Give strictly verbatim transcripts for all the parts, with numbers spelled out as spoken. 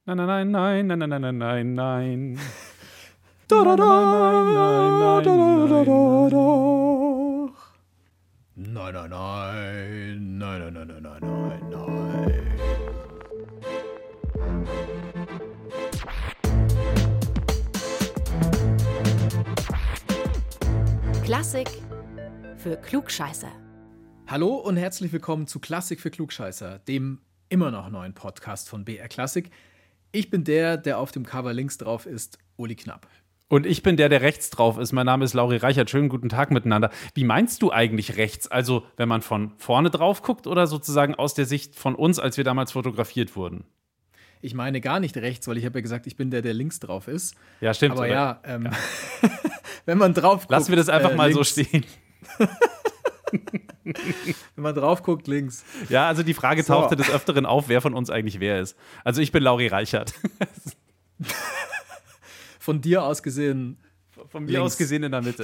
Nein, nein, nein, nein, nein, nein, nein, nein, nein. Da da da, da da da da. Nein, nein, nein, nein, nein, nein, nein, nein, nein. Klassik für Klugscheißer. Hallo und herzlich willkommen zu Klassik für Klugscheißer, dem immer noch neuen Podcast von B R Klassik. Ich bin der, der auf dem Cover links drauf ist, Uli Knapp. Und ich bin der, der rechts drauf ist. Mein Name ist Lauri Reichert. Schönen guten Tag miteinander. Wie meinst du eigentlich rechts? Also, wenn man von vorne drauf guckt oder sozusagen aus der Sicht von uns, als wir damals fotografiert wurden? Ich meine gar nicht rechts, weil ich habe ja gesagt, ich bin der, der links drauf ist. Ja, stimmt. Aber oder? ja, ähm, ja. wenn man drauf guckt. Lassen wir das einfach äh, mal links. so stehen. Wenn man drauf guckt, links. Ja, also die Frage So. tauchte des Öfteren auf, wer von uns eigentlich wer ist. Also ich bin Lauri Reichert. Von dir aus gesehen. Von mir links. aus gesehen in der Mitte.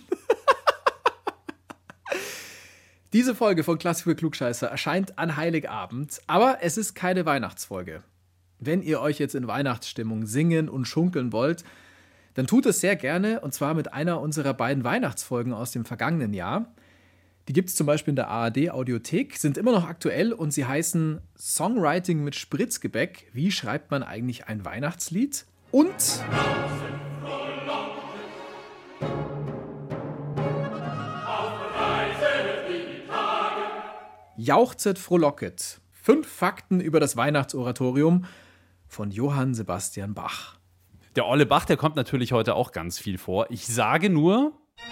Diese Folge von Klassik für Klugscheißer erscheint an Heiligabend, aber es ist keine Weihnachtsfolge. Wenn ihr euch jetzt in Weihnachtsstimmung singen und schunkeln wollt, dann tut es sehr gerne, und zwar mit einer unserer beiden Weihnachtsfolgen aus dem vergangenen Jahr. Die gibt es zum Beispiel in der A R D-Audiothek, sind immer noch aktuell und sie heißen Songwriting mit Spritzgebäck. Wie schreibt man eigentlich ein Weihnachtslied? Und Jauchzet frohlocket. Fünf Fakten über das Weihnachtsoratorium von Johann Sebastian Bach. Der Olle Bach, der kommt natürlich heute auch ganz viel vor. Ich sage nur...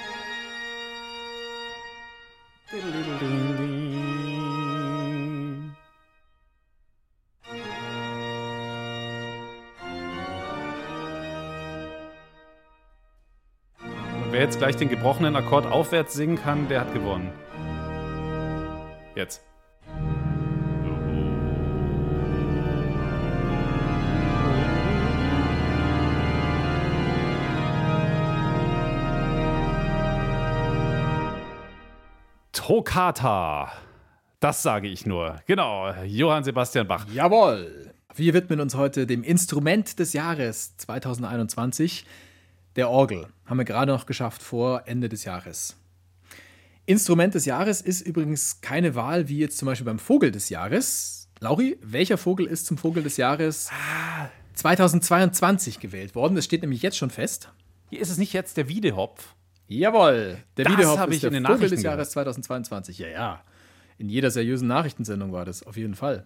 Und wer jetzt gleich den gebrochenen Akkord aufwärts singen kann, der hat gewonnen. Jetzt. Toccata. Das sage ich nur. Genau, Johann Sebastian Bach. Jawohl! Wir widmen uns heute dem Instrument des Jahres zwanzig einundzwanzig, der Orgel. Haben wir gerade noch geschafft vor Ende des Jahres. Instrument des Jahres ist übrigens keine Wahl wie jetzt zum Beispiel beim Vogel des Jahres. Lauri, welcher Vogel ist zum Vogel des Jahres zweitausendzweiundzwanzig gewählt worden? Das steht nämlich jetzt schon fest. Hier ist es nicht jetzt der Wiedehopf. Jawohl, der Das Wiedehopf habe ist ich der in den Vogel Nachrichten des Jahres zweitausendzweiundzwanzig. Ja, ja. In jeder seriösen Nachrichtensendung war das, auf jeden Fall.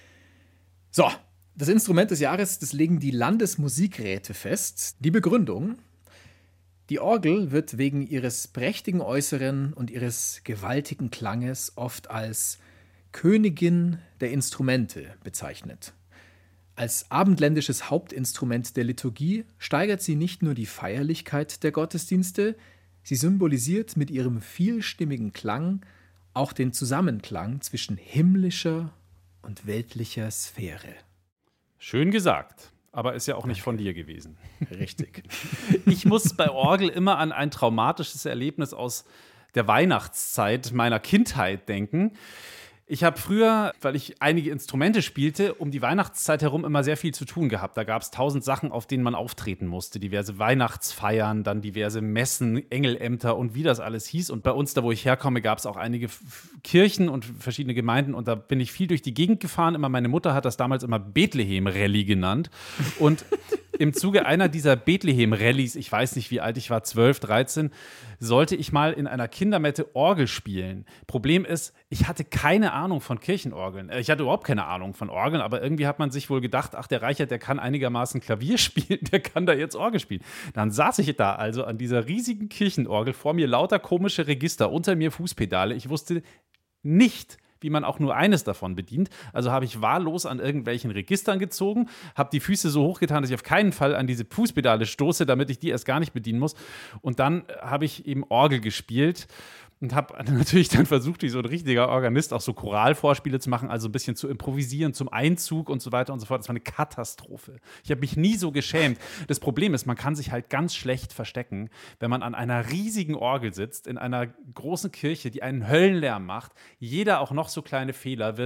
So, das Instrument des Jahres, das legen die Landesmusikräte fest. Die Begründung: Die Orgel wird wegen ihres prächtigen Äußeren und ihres gewaltigen Klanges oft als Königin der Instrumente bezeichnet. Als abendländisches Hauptinstrument der Liturgie steigert sie nicht nur die Feierlichkeit der Gottesdienste, sie symbolisiert mit ihrem vielstimmigen Klang auch den Zusammenklang zwischen himmlischer und weltlicher Sphäre. Schön gesagt, aber ist ja auch nicht von dir gewesen. Richtig. Ich muss bei Orgel immer an ein traumatisches Erlebnis aus der Weihnachtszeit meiner Kindheit denken. Ich habe früher, weil ich einige Instrumente spielte, um die Weihnachtszeit herum immer sehr viel zu tun gehabt. Da gab es tausend Sachen, auf denen man auftreten musste. Diverse Weihnachtsfeiern, dann diverse Messen, Engelämter und wie das alles hieß. Und bei uns, da wo ich herkomme, gab es auch einige F- Kirchen und verschiedene Gemeinden. Und da bin ich viel durch die Gegend gefahren. Immer meine Mutter hat das damals immer Bethlehem-Rallye genannt. Und im Zuge einer dieser Bethlehem-Rallyes, ich weiß nicht, wie alt ich war, zwölf, dreizehn, sollte ich mal in einer Kindermette Orgel spielen. Problem ist, ich hatte keine Ahnung von Kirchenorgeln. Ich hatte überhaupt keine Ahnung von Orgeln, aber irgendwie hat man sich wohl gedacht, ach, der Reichert, der kann einigermaßen Klavier spielen, der kann da jetzt Orgel spielen. Dann saß ich da also an dieser riesigen Kirchenorgel, vor mir lauter komische Register, unter mir Fußpedale. Ich wusste nicht, wie man auch nur eines davon bedient. Also habe ich wahllos an irgendwelchen Registern gezogen, habe die Füße so hochgetan, dass ich auf keinen Fall an diese Fußpedale stoße, damit ich die erst gar nicht bedienen muss. Und dann habe ich eben Orgel gespielt und habe natürlich dann versucht, wie so ein richtiger Organist auch so Choralvorspiele zu machen, also ein bisschen zu improvisieren zum Einzug und so weiter und so fort. Das war eine Katastrophe. Ich habe mich nie so geschämt. Das Problem ist, man kann sich halt ganz schlecht verstecken, wenn man an einer riesigen Orgel sitzt, in einer großen Kirche, die einen Höllenlärm macht. Jeder, auch noch so kleine Fehler, wird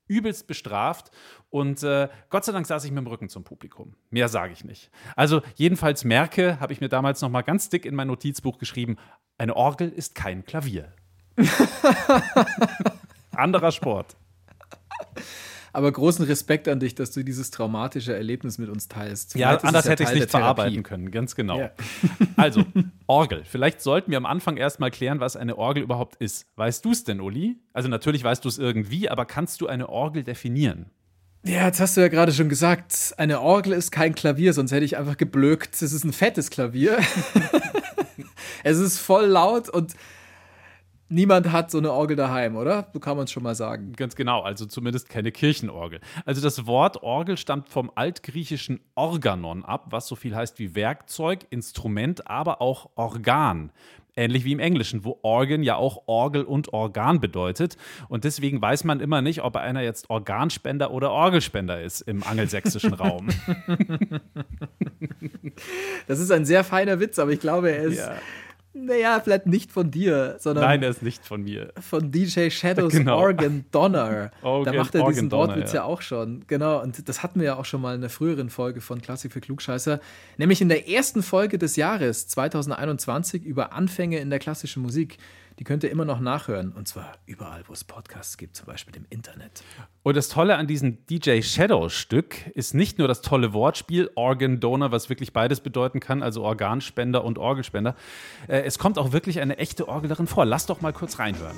übelst bestraft. Und äh, Gott sei Dank saß ich mit dem Rücken zum Publikum. Mehr sage ich nicht. Also jedenfalls merke, habe ich mir damals noch mal ganz dick in mein Notizbuch geschrieben, eine Orgel ist kein Klavier. Anderer Sport. Aber großen Respekt an dich, dass du dieses traumatische Erlebnis mit uns teilst. Ja, Vielleicht ist anders es ja hätte ich es Teil nicht der verarbeiten Therapie. können, ganz genau. Ja. Also, Orgel. Vielleicht sollten wir am Anfang erstmal klären, was eine Orgel überhaupt ist. Weißt du es denn, Uli? Also natürlich weißt du es irgendwie, aber kannst du eine Orgel definieren? Ja, jetzt hast du ja gerade schon gesagt, eine Orgel ist kein Klavier, sonst hätte ich einfach geblökt, es ist ein fettes Klavier. Es ist voll laut und niemand hat so eine Orgel daheim, oder? So kann man es schon mal sagen. Ganz genau, also zumindest keine Kirchenorgel. Also das Wort Orgel stammt vom altgriechischen Organon ab, was so viel heißt wie Werkzeug, Instrument, aber auch Organ. Ähnlich wie im Englischen, wo Organ ja auch Orgel und Organ bedeutet. Und deswegen weiß man immer nicht, ob einer jetzt Organspender oder Orgelspender ist im angelsächsischen Raum. Das ist ein sehr feiner Witz, aber ich glaube, er ist, Ja. naja, vielleicht nicht von dir, sondern Nein, er ist nicht von mir. von D J Shadows Genau. Organ Donner. Organ- Da macht er diesen Organ Donner, Wortwitz ja. ja auch schon. Genau, und das hatten wir ja auch schon mal in einer früheren Folge von Klassik für Klugscheißer. Nämlich in der ersten Folge des Jahres zwanzig einundzwanzig über Anfänge in der klassischen Musik. Die könnt ihr immer noch nachhören. Und zwar überall, wo es Podcasts gibt, zum Beispiel im Internet. Und das Tolle an diesem D J Shadow-Stück ist nicht nur das tolle Wortspiel Organ Donor, was wirklich beides bedeuten kann, also Organspender und Orgelspender. Äh, es kommt auch wirklich eine echte Orgel darin vor. Lass doch mal kurz reinhören.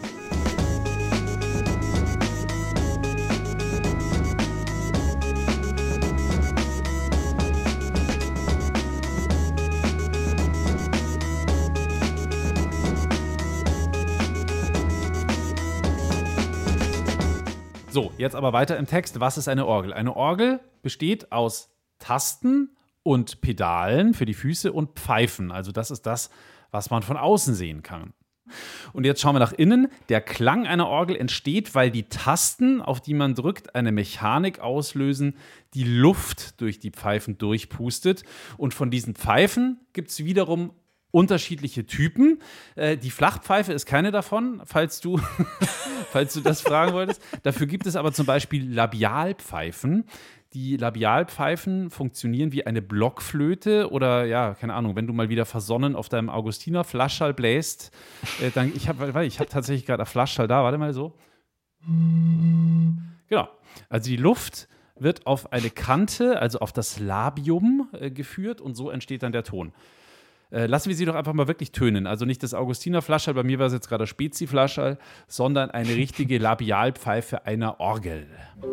So, jetzt aber weiter im Text. Was ist eine Orgel? Eine Orgel besteht aus Tasten und Pedalen für die Füße und Pfeifen. Also das ist das, was man von außen sehen kann. Und jetzt schauen wir nach innen. Der Klang einer Orgel entsteht, weil die Tasten, auf die man drückt, eine Mechanik auslösen, die Luft durch die Pfeifen durchpustet. Und von diesen Pfeifen gibt es wiederum unterschiedliche Typen. Äh, die Flachpfeife ist keine davon, falls du, falls du das fragen wolltest. Dafür gibt es aber zum Beispiel Labialpfeifen. Die Labialpfeifen funktionieren wie eine Blockflöte oder, ja, keine Ahnung, wenn du mal wieder versonnen auf deinem Augustiner Flaschschall bläst, äh, dann, ich habe ich hab tatsächlich gerade einen Flaschschall da, warte mal so. Genau, also die Luft wird auf eine Kante, also auf das Labium äh, geführt und so entsteht dann der Ton. Äh, lassen wir sie doch einfach mal wirklich tönen. Also nicht das Augustiner Flaschschall, bei mir war es jetzt gerade der Spezi-Flaschschall, sondern eine richtige Labialpfeife einer Orgel.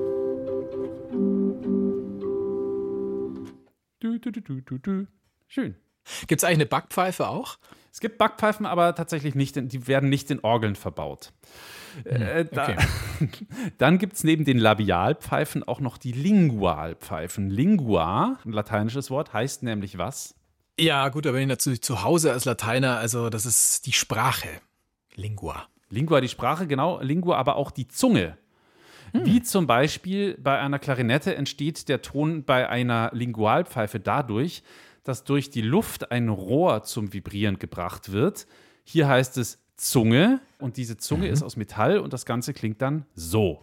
Du, du, du, du, du, du. Schön. Gibt es eigentlich eine Backpfeife auch? Es gibt Backpfeifen, aber tatsächlich nicht, in, die werden nicht in Orgeln verbaut. Hm, äh, da, okay. Dann gibt es neben den Labialpfeifen auch noch die Lingualpfeifen. Lingua, ein lateinisches Wort, heißt nämlich was? Ja, gut, da bin ich natürlich zu Hause als Lateiner, also das ist die Sprache. Lingua. Lingua, die Sprache, genau. Lingua, aber auch die Zunge. Hm. Wie zum Beispiel bei einer Klarinette entsteht der Ton bei einer Lingualpfeife dadurch, dass durch die Luft ein Rohr zum Vibrieren gebracht wird. Hier heißt es Zunge und diese Zunge mhm. ist aus Metall und das Ganze klingt dann so.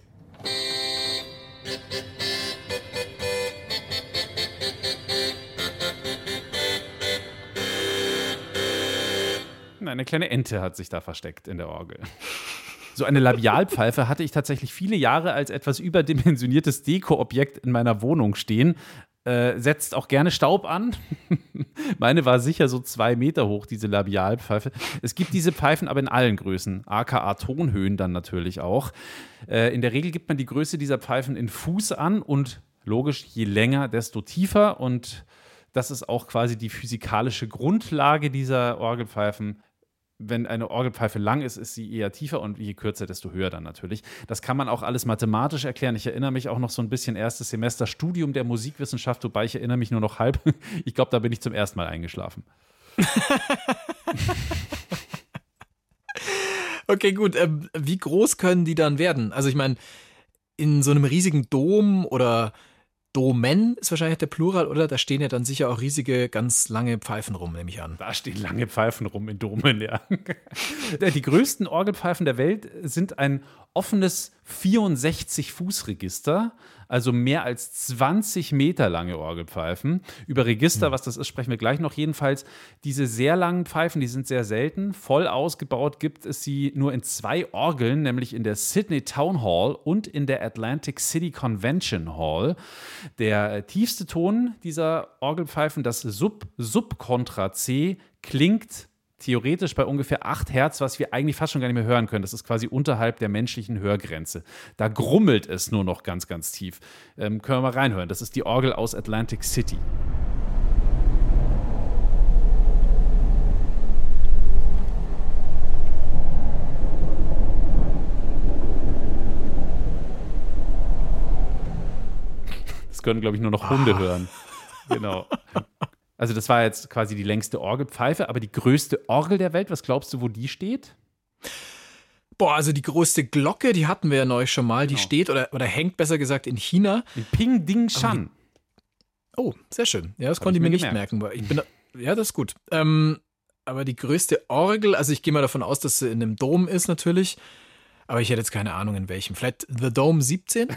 Eine kleine Ente hat sich da versteckt in der Orgel. So eine Labialpfeife hatte ich tatsächlich viele Jahre als etwas überdimensioniertes Deko-Objekt in meiner Wohnung stehen. Äh, setzt auch gerne Staub an. Meine war sicher so zwei Meter hoch, diese Labialpfeife. Es gibt diese Pfeifen aber in allen Größen, aka Tonhöhen dann natürlich auch. Äh, in der Regel gibt man die Größe dieser Pfeifen in Fuß an und logisch, je länger, desto tiefer. Und das ist auch quasi die physikalische Grundlage dieser Orgelpfeifen. Wenn eine Orgelpfeife lang ist, ist sie eher tiefer und je kürzer, desto höher dann natürlich. Das kann man auch alles mathematisch erklären. Ich erinnere mich auch noch so ein bisschen erstes Semester Studium der Musikwissenschaft, wobei ich erinnere mich nur noch halb. Ich glaube, da bin ich zum ersten Mal eingeschlafen. Okay, gut. Ähm, wie groß können die dann werden? Also ich meine, in so einem riesigen Dom oder Domen ist wahrscheinlich der Plural, oder? Da stehen ja dann sicher auch riesige, ganz lange Pfeifen rum, nehme ich an. Da stehen lange Pfeifen rum in Domen, ja. Die größten Orgelpfeifen der Welt sind ein offenes vierundsechzig-Fuß-Register, also mehr als zwanzig Meter lange Orgelpfeifen. Über Register, was das ist, sprechen wir gleich noch. Jedenfalls, diese sehr langen Pfeifen, die sind sehr selten. Voll ausgebaut gibt es sie nur in zwei Orgeln, nämlich in der Sydney Town Hall und in der Atlantic City Convention Hall. Der tiefste Ton dieser Orgelpfeifen, das Sub-Subkontra-C, klingt theoretisch bei ungefähr acht Hertz, was wir eigentlich fast schon gar nicht mehr hören können. Das ist quasi unterhalb der menschlichen Hörgrenze. Da grummelt es nur noch ganz, ganz tief. Ähm, können wir mal reinhören. Das ist die Orgel aus Atlantic City. Das können, glaube ich, nur noch Hunde ah. hören. Genau. Also das war jetzt quasi die längste Orgelpfeife, aber die größte Orgel der Welt, was glaubst du, wo die steht? Boah, also die größte Glocke, die hatten wir ja neulich schon mal, genau. Die steht oder, oder hängt besser gesagt in China. In Pingdingshan. Oh, sehr schön. Ja, das Hab konnte ich mir nicht gemerkt. merken. Weil ich bin, ja, das ist gut. Ähm, aber die größte Orgel, also ich gehe mal davon aus, dass sie in einem Dom ist natürlich. Aber ich hätte jetzt keine Ahnung, in welchem. Vielleicht The Dome siebzehn?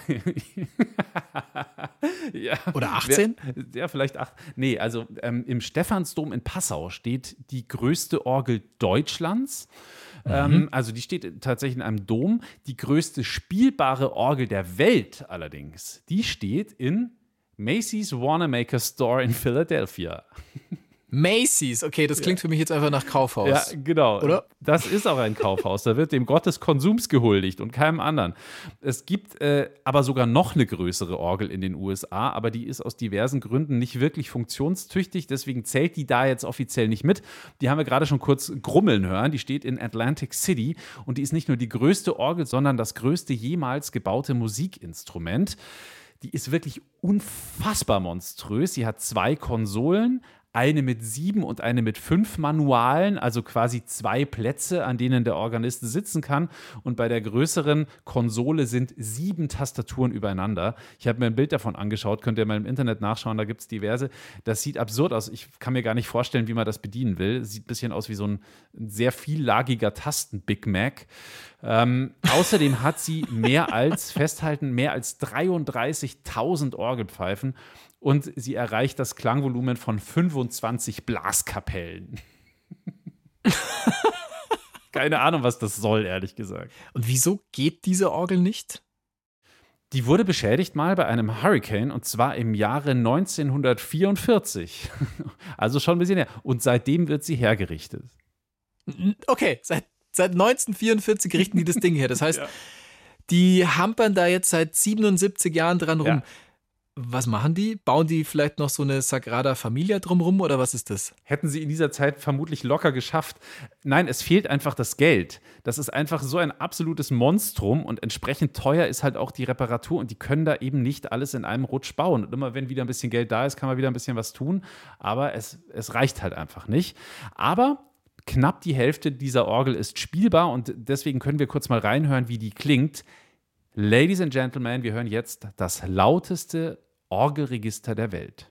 Ja. Oder achtzehn? Ja, vielleicht acht. Nee, also ähm, im Stephansdom in Passau steht die größte Orgel Deutschlands. Mhm. Ähm, also die steht tatsächlich in einem Dom. Die größte spielbare Orgel der Welt allerdings, die steht in Macy's Wanamaker Store in Philadelphia. Macy's, okay, das klingt ja. für mich jetzt einfach nach Kaufhaus. Ja, genau. Oder? Das ist auch ein Kaufhaus. Da wird dem Gott des Konsums gehuldigt und keinem anderen. Es gibt äh, aber sogar noch eine größere Orgel in den U S A, aber die ist aus diversen Gründen nicht wirklich funktionstüchtig. Deswegen zählt die da jetzt offiziell nicht mit. Die haben wir gerade schon kurz grummeln hören. Die steht in Atlantic City und die ist nicht nur die größte Orgel, sondern das größte jemals gebaute Musikinstrument. Die ist wirklich unfassbar monströs. Sie hat zwei Konsolen, eine mit sieben und eine mit fünf Manualen, also quasi zwei Plätze, an denen der Organist sitzen kann. Und bei der größeren Konsole sind sieben Tastaturen übereinander. Ich habe mir ein Bild davon angeschaut, könnt ihr mal im Internet nachschauen, da gibt es diverse. Das sieht absurd aus. Ich kann mir gar nicht vorstellen, wie man das bedienen will. Sieht ein bisschen aus wie so ein sehr viellagiger Tasten-Big Mac. Ähm, außerdem hat sie mehr als, festhalten, mehr als dreiunddreißigtausend Orgelpfeifen. Und sie erreicht das Klangvolumen von fünfundzwanzig Blaskapellen. Keine Ahnung, was das soll, ehrlich gesagt. Und wieso geht diese Orgel nicht? Die wurde beschädigt mal bei einem Hurricane und zwar im Jahre neunzehnhundertvierundvierzig. Also schon ein bisschen her. Und seitdem wird sie hergerichtet. Okay, seit, seit neunzehnhundertvierundvierzig richten die das Ding her. Das heißt, ja. die hampern da jetzt seit siebenundsiebzig Jahren dran rum. Ja. Was machen die? Bauen die vielleicht noch so eine Sagrada Familia drumrum oder was ist das? Hätten sie in dieser Zeit vermutlich locker geschafft. Nein, es fehlt einfach das Geld. Das ist einfach so ein absolutes Monstrum und entsprechend teuer ist halt auch die Reparatur und die können da eben nicht alles in einem Rutsch bauen. Und immer wenn wieder ein bisschen Geld da ist, kann man wieder ein bisschen was tun, aber es, es reicht halt einfach nicht. Aber knapp die Hälfte dieser Orgel ist spielbar und deswegen können wir kurz mal reinhören, wie die klingt. Ladies and Gentlemen, wir hören jetzt das lauteste Orgelregister der Welt.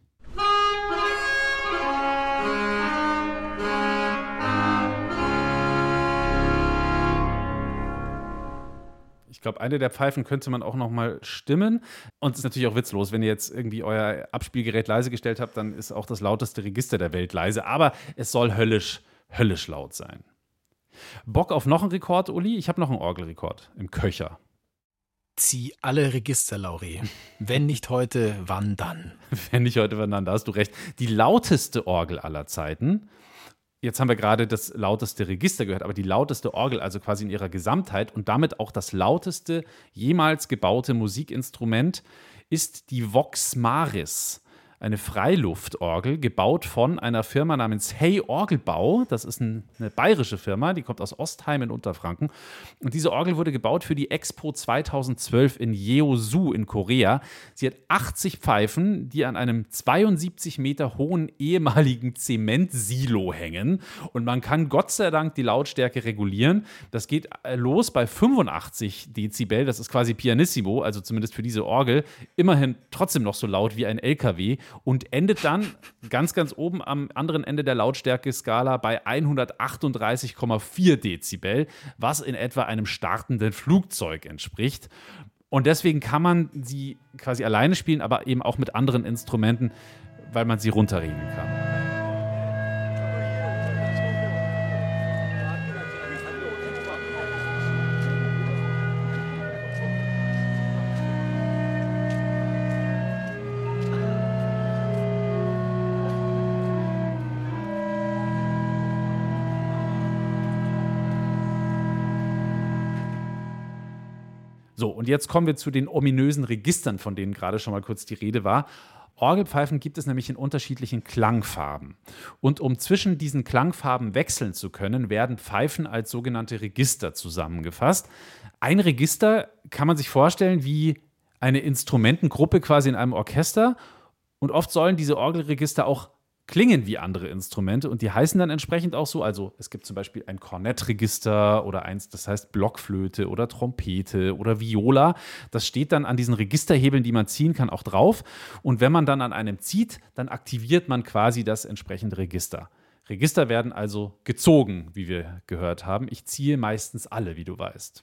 Ich glaube, eine der Pfeifen könnte man auch noch mal stimmen. Und es ist natürlich auch witzlos, wenn ihr jetzt irgendwie euer Abspielgerät leise gestellt habt, dann ist auch das lauteste Register der Welt leise. Aber es soll höllisch, höllisch laut sein. Bock auf noch einen Rekord, Uli? Ich habe noch einen Orgelrekord im Köcher. Zieh alle Register, Lauri. Wenn nicht heute, wann dann? Wenn nicht heute, wann dann, da hast du recht. Die lauteste Orgel aller Zeiten, jetzt haben wir gerade das lauteste Register gehört, aber die lauteste Orgel, also quasi in ihrer Gesamtheit und damit auch das lauteste jemals gebaute Musikinstrument, ist die Vox Maris. eine Freiluftorgel, gebaut von einer Firma namens Hey Orgelbau. Das ist ein, eine bayerische Firma, die kommt aus Ostheim in Unterfranken. Und diese Orgel wurde gebaut für die Expo zweitausendzwölf in Yeosu in Korea. Sie hat achtzig Pfeifen, die an einem zweiundsiebzig Meter hohen ehemaligen Zementsilo hängen. Und man kann Gott sei Dank die Lautstärke regulieren. Das geht los bei fünfundachtzig Dezibel. Das ist quasi pianissimo, also zumindest für diese Orgel. Immerhin trotzdem noch so laut wie ein L K W. Und endet dann ganz, ganz oben am anderen Ende der Lautstärke-Skala bei hundertachtunddreißig Komma vier Dezibel, was in etwa einem startenden Flugzeug entspricht. Und deswegen kann man sie quasi alleine spielen, aber eben auch mit anderen Instrumenten, weil man sie runterregeln kann. So, und jetzt kommen wir zu den ominösen Registern, von denen gerade schon mal kurz die Rede war. Orgelpfeifen gibt es nämlich in unterschiedlichen Klangfarben. Und um zwischen diesen Klangfarben wechseln zu können, werden Pfeifen als sogenannte Register zusammengefasst. Ein Register kann man sich vorstellen wie eine Instrumentengruppe quasi in einem Orchester. Und oft sollen diese Orgelregister auch klingen wie andere Instrumente und die heißen dann entsprechend auch so. Also es gibt zum Beispiel ein Kornettregister oder eins, das heißt Blockflöte oder Trompete oder Viola. Das steht dann an diesen Registerhebeln, die man ziehen kann, auch drauf. Und wenn man dann an einem zieht, dann aktiviert man quasi das entsprechende Register. Register werden also gezogen, wie wir gehört haben. Ich ziehe meistens alle, wie du weißt.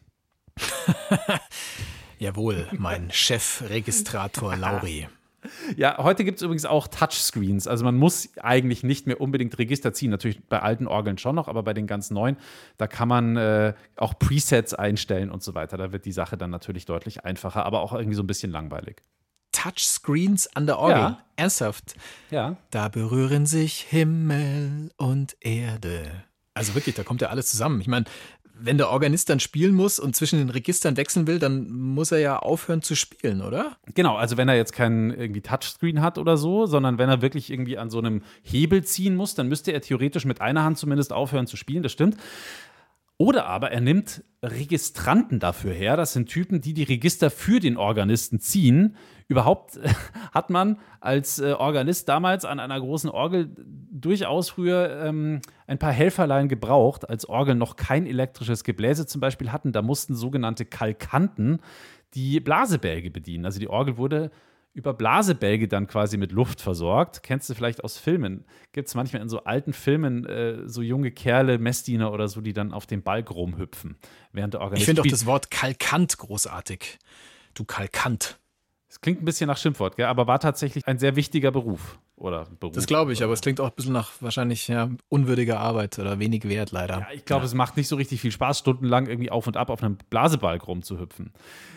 Jawohl, mein Chefregistrator Lauri. Ja, heute gibt es übrigens auch Touchscreens. Also man muss eigentlich nicht mehr unbedingt Register ziehen. Natürlich bei alten Orgeln schon noch, aber bei den ganz neuen, da kann man äh, auch Presets einstellen und so weiter. Da wird die Sache dann natürlich deutlich einfacher, aber auch irgendwie so ein bisschen langweilig. Touchscreens an der Orgel? Ja. Ernsthaft? Ja. Da berühren sich Himmel und Erde. Also wirklich, da kommt ja alles zusammen. Ich meine, wenn der Organist dann spielen muss und zwischen den Registern wechseln will, dann muss er ja aufhören zu spielen, oder? Genau, also wenn er jetzt keinen irgendwie Touchscreen hat oder so, sondern wenn er wirklich irgendwie an so einem Hebel ziehen muss, dann müsste er theoretisch mit einer Hand zumindest aufhören zu spielen, das stimmt. Oder aber er nimmt Registranten dafür her. Das sind Typen, die die Register für den Organisten ziehen. Überhaupt hat man als äh, Organist damals an einer großen Orgel durchaus früher ähm, ein paar Helferlein gebraucht, als Orgeln noch kein elektrisches Gebläse zum Beispiel hatten. Da mussten sogenannte Kalkanten die Blasebälge bedienen. Also die Orgel wurde über Blasebälge dann quasi mit Luft versorgt. Kennst du vielleicht aus Filmen? Gibt es manchmal in so alten Filmen äh, so junge Kerle, Messdiener oder so, die dann auf dem Balg rumhüpfen, während der Organist Ich finde auch spielt. das Wort Kalkant großartig. Du Kalkant. Es klingt ein bisschen nach Schimpfwort, gell? Aber war tatsächlich ein sehr wichtiger Beruf. Oder Beruf. Das glaube ich, aber es klingt auch ein bisschen nach wahrscheinlich ja, unwürdiger Arbeit oder wenig wert leider. Ja, ich glaube, ja. Es macht nicht so richtig viel Spaß, stundenlang irgendwie auf und ab auf einem Blasebalg rumzuhüpfen.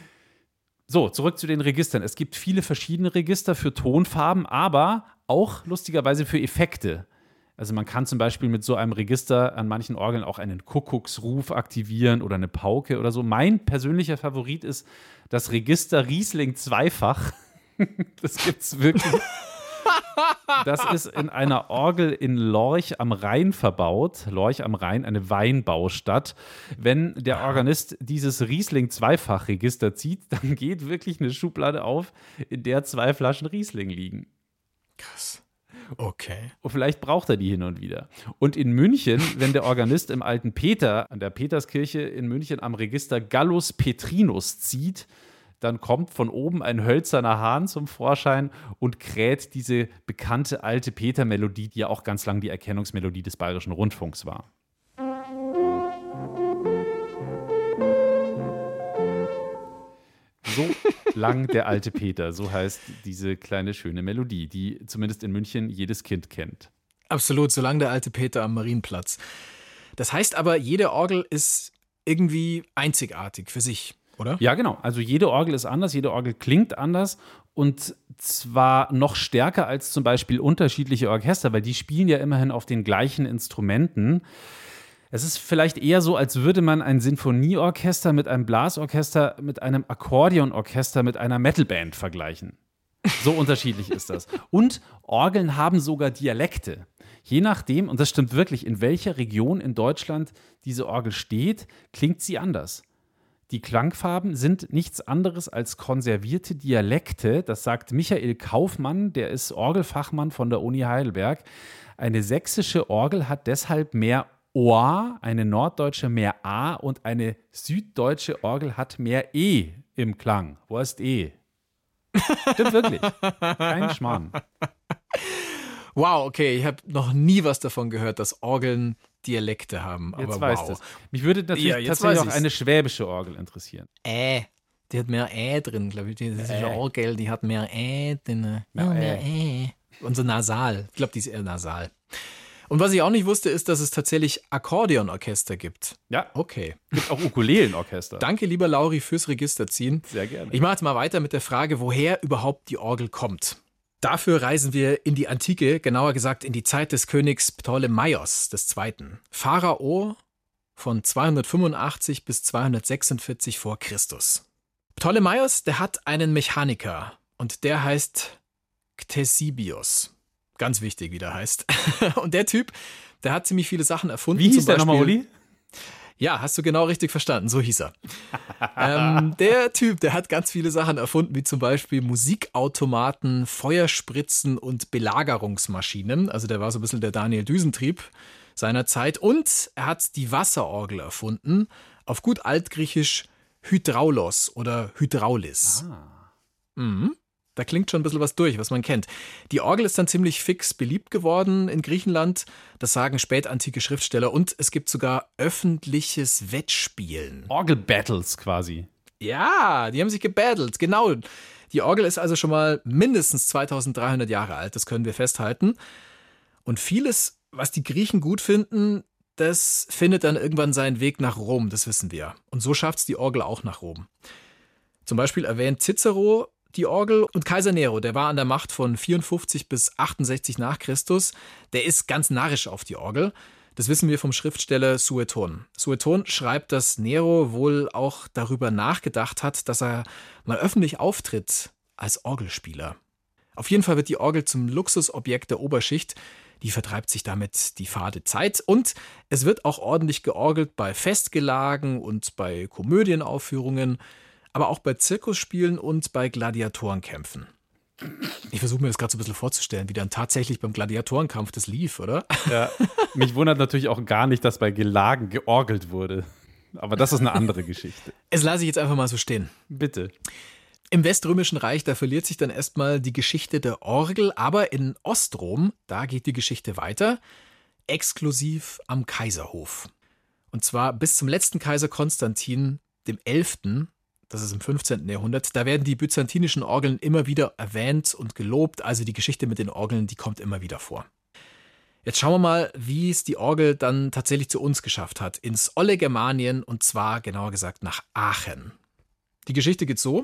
So, zurück zu den Registern. Es gibt viele verschiedene Register für Tonfarben, aber auch lustigerweise für Effekte. Also man kann zum Beispiel mit so einem Register an manchen Orgeln auch einen Kuckucksruf aktivieren oder eine Pauke oder so. Mein persönlicher Favorit ist das Register Riesling Zweifach. Das gibt's wirklich. Das ist in einer Orgel in Lorch am Rhein verbaut. Lorch am Rhein, eine Weinbaustadt. Wenn der Organist dieses Riesling-Zweifach-Register zieht, dann geht wirklich eine Schublade auf, in der zwei Flaschen Riesling liegen. Krass. Okay. Und vielleicht braucht er die hin und wieder. Und in München, wenn der Organist im alten Peter, an der Peterskirche in München am Register Gallus Petrinus zieht, dann kommt von oben ein hölzerner Hahn zum Vorschein und kräht diese bekannte alte Peter-Melodie, die ja auch ganz lang die Erkennungsmelodie des Bayerischen Rundfunks war. So lang der alte Peter, so heißt diese kleine schöne Melodie, die zumindest in München jedes Kind kennt. Absolut, so lang der alte Peter am Marienplatz. Das heißt aber, jede Orgel ist irgendwie einzigartig für sich. Oder? Ja, genau. Also jede Orgel ist anders, jede Orgel klingt anders und zwar noch stärker als zum Beispiel unterschiedliche Orchester, weil die spielen ja immerhin auf den gleichen Instrumenten. Es ist vielleicht eher so, als würde man ein Sinfonieorchester mit einem Blasorchester, mit einem Akkordeonorchester, mit einer Metalband vergleichen. So unterschiedlich ist das. Und Orgeln haben sogar Dialekte. Je nachdem, und das stimmt wirklich, in welcher Region in Deutschland diese Orgel steht, klingt sie anders. Die Klangfarben sind nichts anderes als konservierte Dialekte. Das sagt Michael Kaufmann, der ist Orgelfachmann von der Uni Heidelberg. Eine sächsische Orgel hat deshalb mehr Oa, eine norddeutsche mehr A und eine süddeutsche Orgel hat mehr E im Klang. Wo ist E? Stimmt wirklich. Kein Schmarrn. Wow, okay, ich habe noch nie was davon gehört, dass Orgeln Dialekte haben. Jetzt aber weißt wow. du es. Mich würde natürlich Ja, jetzt tatsächlich weiß auch ich's. eine schwäbische Orgel interessieren. Äh, die hat mehr Äh drin, glaube ich. Das ist Äh. eine Orgel, die hat mehr Äh drin. Mehr Ja, mehr Äh. Und so nasal. Ich glaube, die ist eher nasal. Und was ich auch nicht wusste, ist, dass es tatsächlich Akkordeonorchester gibt. Ja, Okay. gibt auch Ukulelenorchester. Danke, lieber Lauri, fürs Registerziehen. Sehr gerne. Ich mache jetzt mal weiter mit der Frage, woher überhaupt die Orgel kommt. Dafür reisen wir in die Antike, genauer gesagt in die Zeit des Königs Ptolemaios des Zweiten. Pharao von zweihundertfünfundachtzig bis zweihundertsechsundvierzig vor Christus. Ptolemaios, der hat einen Mechaniker und der heißt Ctesibios. Ganz wichtig, wie der heißt. Und der Typ, der hat ziemlich viele Sachen erfunden. Wie hieß zum der nochmal, Beispiel- Uli? Ja, hast du genau richtig verstanden, so hieß er. ähm, der Typ, der hat ganz viele Sachen erfunden, wie zum Beispiel Musikautomaten, Feuerspritzen und Belagerungsmaschinen. Also der war so ein bisschen der Daniel Düsentrieb seiner Zeit. Und er hat die Wasserorgel erfunden, auf gut altgriechisch Hydraulos oder Hydraulis. Ah. Mhm. Da klingt schon ein bisschen was durch, was man kennt. Die Orgel ist dann ziemlich fix beliebt geworden in Griechenland. Das sagen spätantike Schriftsteller. Und es gibt sogar öffentliches Wettspielen. Orgelbattles quasi. Ja, die haben sich gebattelt, genau. Die Orgel ist also schon mal mindestens zweitausenddreihundert Jahre alt, das können wir festhalten. Und vieles, was die Griechen gut finden, das findet dann irgendwann seinen Weg nach Rom, das wissen wir. Und so schafft es die Orgel auch nach Rom. Zum Beispiel erwähnt Cicero die Orgel und Kaiser Nero, der war an der Macht von vierundfünfzig bis achtundsechzig nach Christus. Der ist ganz narrisch auf die Orgel. Das wissen wir vom Schriftsteller Sueton. Sueton schreibt, dass Nero wohl auch darüber nachgedacht hat, dass er mal öffentlich auftritt als Orgelspieler. Auf jeden Fall wird die Orgel zum Luxusobjekt der Oberschicht. Die vertreibt sich damit die fade Zeit. Und es wird auch ordentlich georgelt bei Festgelagen und bei Komödienaufführungen, aber auch bei Zirkusspielen und bei Gladiatorenkämpfen. Ich versuche mir das gerade so ein bisschen vorzustellen, wie dann tatsächlich beim Gladiatorenkampf das lief, oder? Ja, mich wundert natürlich auch gar nicht, dass bei Gelagen georgelt wurde. Aber das ist eine andere Geschichte. Es lasse ich jetzt einfach mal so stehen. Bitte. Im Weströmischen Reich, da verliert sich dann erstmal die Geschichte der Orgel, aber in Ostrom, da geht die Geschichte weiter, exklusiv am Kaiserhof. Und zwar bis zum letzten Kaiser Konstantin, dem Elften, das ist im fünfzehnten Jahrhundert, da werden die byzantinischen Orgeln immer wieder erwähnt und gelobt, also die Geschichte mit den Orgeln, die kommt immer wieder vor. Jetzt schauen wir mal, wie es die Orgel dann tatsächlich zu uns geschafft hat, ins olle Germanien und zwar genauer gesagt nach Aachen. Die Geschichte geht so: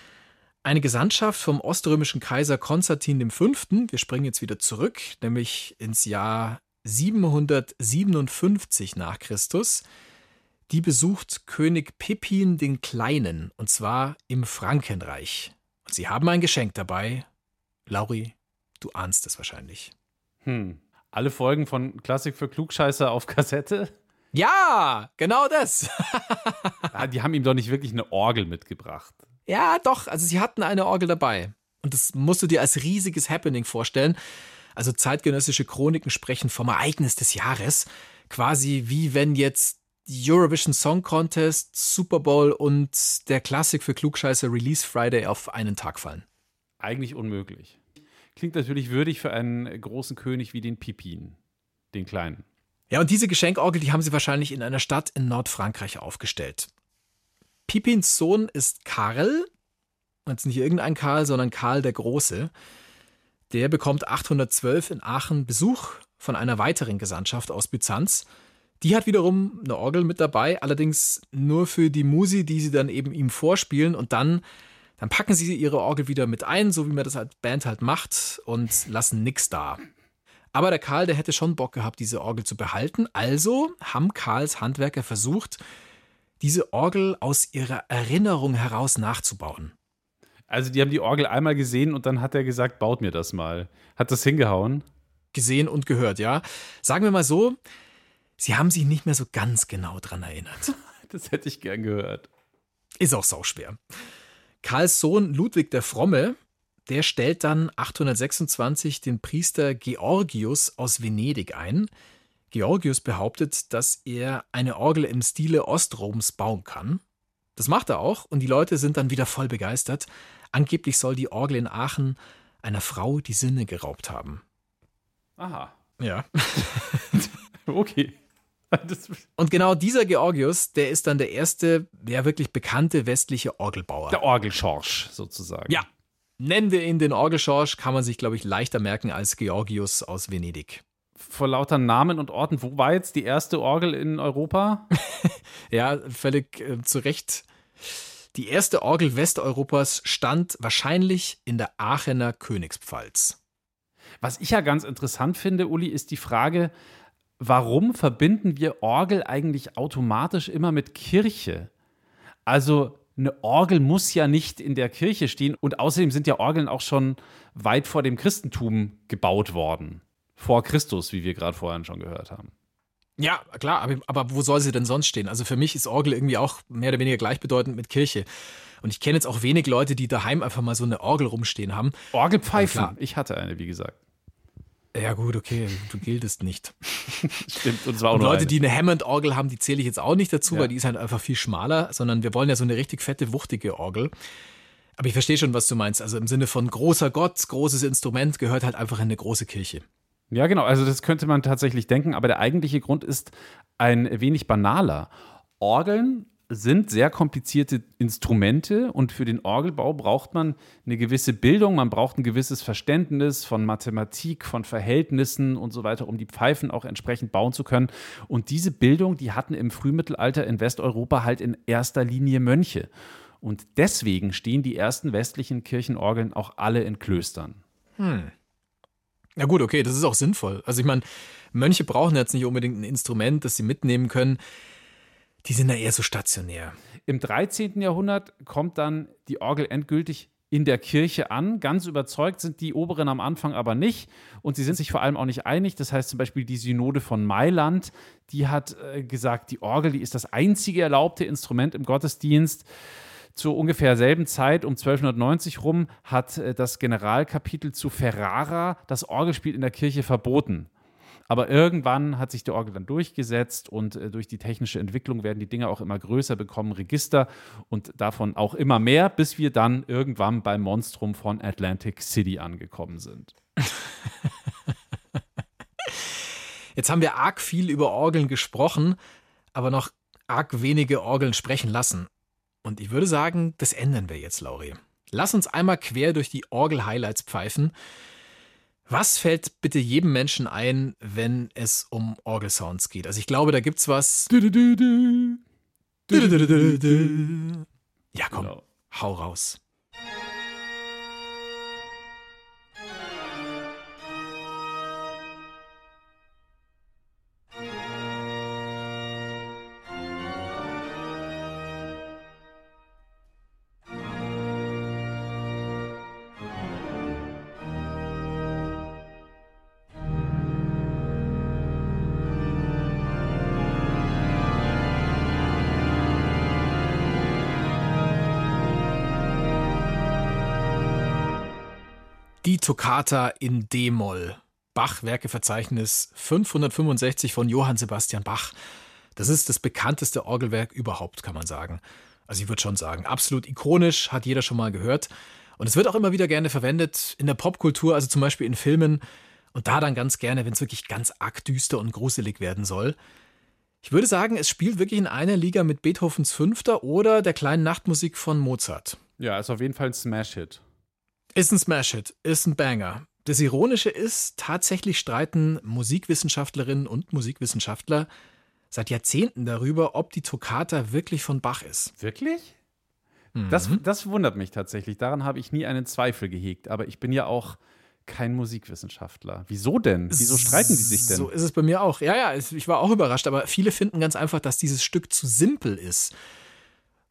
Eine Gesandtschaft vom oströmischen Kaiser Konstantin der Fünfte, wir springen jetzt wieder zurück, nämlich ins Jahr siebenhundertsiebenundfünfzig nach Christus, die besucht König Pippin den Kleinen, und zwar im Frankenreich. Und sie haben ein Geschenk dabei. Lauri, du ahnst es wahrscheinlich. Hm. Alle Folgen von Klassik für Klugscheißer auf Kassette? Ja, genau das. Ah, die haben ihm doch nicht wirklich eine Orgel mitgebracht. Ja, doch, also sie hatten eine Orgel dabei. Und das musst du dir als riesiges Happening vorstellen. Also zeitgenössische Chroniken sprechen vom Ereignis des Jahres. Quasi wie wenn jetzt Eurovision Song Contest, Super Bowl und der Klassik für Klugscheißer Release Friday auf einen Tag fallen. Eigentlich unmöglich. Klingt natürlich würdig für einen großen König wie den Pippin, den Kleinen. Ja, und diese Geschenkorgel, die haben sie wahrscheinlich in einer Stadt in Nordfrankreich aufgestellt. Pippins Sohn ist Karl, jetzt nicht irgendein Karl, sondern Karl der Große. Der bekommt achthundertzwölf in Aachen Besuch von einer weiteren Gesandtschaft aus Byzanz. Die hat wiederum eine Orgel mit dabei, allerdings nur für die Musi, die sie dann eben ihm vorspielen. Und dann, dann packen sie ihre Orgel wieder mit ein, so wie man das als Band halt macht, und lassen nix da. Aber der Karl, der hätte schon Bock gehabt, diese Orgel zu behalten. Also haben Karls Handwerker versucht, diese Orgel aus ihrer Erinnerung heraus nachzubauen. Also die haben die Orgel einmal gesehen und dann hat er gesagt, baut mir das mal. Hat das hingehauen? Gesehen und gehört, ja. Sagen wir mal so, sie haben sich nicht mehr so ganz genau dran erinnert. Das hätte ich gern gehört. Ist auch sauschwer. Karls Sohn Ludwig der Fromme, der stellt dann achthundertsechsundzwanzig den Priester Georgius aus Venedig ein. Georgius behauptet, dass er eine Orgel im Stile Ostroms bauen kann. Das macht er auch und die Leute sind dann wieder voll begeistert. Angeblich soll die Orgel in Aachen einer Frau die Sinne geraubt haben. Aha. Ja. Okay. Das Und genau dieser Georgius, der ist dann der erste, ja wirklich bekannte westliche Orgelbauer. Der Orgelschorsch sozusagen. Ja. Nennen wir ihn den Orgelschorsch, kann man sich, glaube ich, leichter merken als Georgius aus Venedig. Vor lauter Namen und Orten, wo war jetzt die erste Orgel in Europa? Ja, völlig äh, zu Recht. Die erste Orgel Westeuropas stand wahrscheinlich in der Aachener Königspfalz. Was ich ja ganz interessant finde, Uli, ist die Frage, warum verbinden wir Orgel eigentlich automatisch immer mit Kirche? Also eine Orgel muss ja nicht in der Kirche stehen und außerdem sind ja Orgeln auch schon weit vor dem Christentum gebaut worden. Vor Christus, wie wir gerade vorhin schon gehört haben. Ja, klar, aber, aber wo soll sie denn sonst stehen? Also für mich ist Orgel irgendwie auch mehr oder weniger gleichbedeutend mit Kirche. Und ich kenne jetzt auch wenig Leute, die daheim einfach mal so eine Orgel rumstehen haben. Orgelpfeifen. Ja, ich hatte eine, wie gesagt. Ja gut, okay, du giltest nicht. Stimmt, und zwar auch Und nur Leute, eine. die eine Hammond-Orgel haben, die zähle ich jetzt auch nicht dazu, Ja. weil die ist halt einfach viel schmaler, sondern wir wollen ja so eine richtig fette, wuchtige Orgel. Aber ich verstehe schon, was du meinst. Also im Sinne von großer Gott, großes Instrument, gehört halt einfach in eine große Kirche. Ja, genau, also das könnte man tatsächlich denken, aber der eigentliche Grund ist ein wenig banaler. Orgeln sind sehr komplizierte Instrumente und für den Orgelbau braucht man eine gewisse Bildung, man braucht ein gewisses Verständnis von Mathematik, von Verhältnissen und so weiter, um die Pfeifen auch entsprechend bauen zu können. Und diese Bildung, die hatten im Frühmittelalter in Westeuropa halt in erster Linie Mönche. Und deswegen stehen die ersten westlichen Kirchenorgeln auch alle in Klöstern. Hm. Ja gut, okay, das ist auch sinnvoll. Also ich meine, Mönche brauchen jetzt nicht unbedingt ein Instrument, das sie mitnehmen können. Die sind ja eher so stationär. Im dreizehnten Jahrhundert kommt dann die Orgel endgültig in der Kirche an. Ganz überzeugt sind die Oberen am Anfang aber nicht. Und sie sind sich vor allem auch nicht einig. Das heißt zum Beispiel die Synode von Mailand, die hat äh, gesagt, die Orgel, die ist das einzige erlaubte Instrument im Gottesdienst. Zur ungefähr selben Zeit, um zwölfhundertneunzig rum, hat äh, das Generalkapitel zu Ferrara das Orgelspiel in der Kirche verboten. Aber irgendwann hat sich die Orgel dann durchgesetzt und äh, durch die technische Entwicklung werden die Dinger auch immer größer, bekommen Register und davon auch immer mehr, bis wir dann irgendwann beim Monstrum von Atlantic City angekommen sind. Jetzt haben wir arg viel über Orgeln gesprochen, aber noch arg wenige Orgeln sprechen lassen. Und ich würde sagen, das ändern wir jetzt, Lauri. Lass uns einmal quer durch die Orgel-Highlights pfeifen. Was fällt bitte jedem Menschen ein, wenn es um Orgelsounds geht? Also ich glaube, da gibt's was. Ja, komm, Genau. hau raus. Die Toccata in D-Moll. Bach-Werkeverzeichnis fünfhundertfünfundsechzig von Johann Sebastian Bach. Das ist das bekannteste Orgelwerk überhaupt, kann man sagen. Also ich würde schon sagen, absolut ikonisch, hat jeder schon mal gehört. Und es wird auch immer wieder gerne verwendet in der Popkultur, also zum Beispiel in Filmen. Und da dann ganz gerne, wenn es wirklich ganz arg düster und gruselig werden soll. Ich würde sagen, es spielt wirklich in einer Liga mit Beethovens Fünfter oder der kleinen Nachtmusik von Mozart. Ja, ist auf jeden Fall ein Smash-Hit. Ist ein Smash-Hit, ist ein Banger. Das Ironische ist, tatsächlich streiten Musikwissenschaftlerinnen und Musikwissenschaftler seit Jahrzehnten darüber, ob die Toccata wirklich von Bach ist. Wirklich? Das, das wundert mich tatsächlich. Daran habe ich nie einen Zweifel gehegt. Aber ich bin ja auch kein Musikwissenschaftler. Wieso denn? Wieso streiten die sich denn? So ist es bei mir auch. Ja, ja, ich war auch überrascht. Aber viele finden ganz einfach, dass dieses Stück zu simpel ist.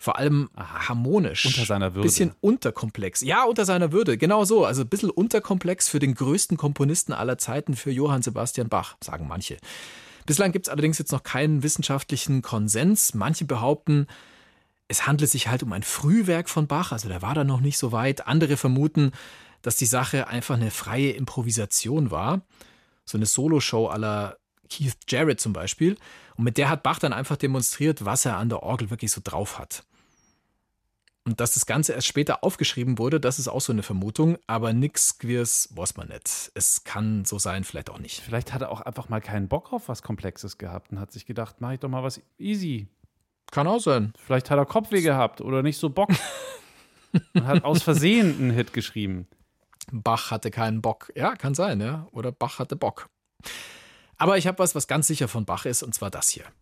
Vor allem harmonisch. Unter seiner Würde. Bisschen unterkomplex. Ja, unter seiner Würde, genau so. Also ein bisschen unterkomplex für den größten Komponisten aller Zeiten, für Johann Sebastian Bach, sagen manche. Bislang gibt es allerdings jetzt noch keinen wissenschaftlichen Konsens. Manche behaupten, es handelt sich halt um ein Frühwerk von Bach, also der war da noch nicht so weit. Andere vermuten, dass die Sache einfach eine freie Improvisation war. So eine Soloshow à la Keith Jarrett zum Beispiel. Und mit der hat Bach dann einfach demonstriert, was er an der Orgel wirklich so drauf hat. Und dass das Ganze erst später aufgeschrieben wurde, das ist auch so eine Vermutung, aber nix Gewirs weiß man nicht. Es kann so sein, vielleicht auch nicht. Vielleicht hat er auch einfach mal keinen Bock auf was Komplexes gehabt und hat sich gedacht, mach ich doch mal was easy. Kann auch sein. Vielleicht hat er Kopfweh gehabt oder nicht so Bock und hat aus Versehen einen Hit geschrieben. Bach hatte keinen Bock. Ja, kann sein, ja. Oder Bach hatte Bock. Aber ich habe was, was ganz sicher von Bach ist, und zwar das hier.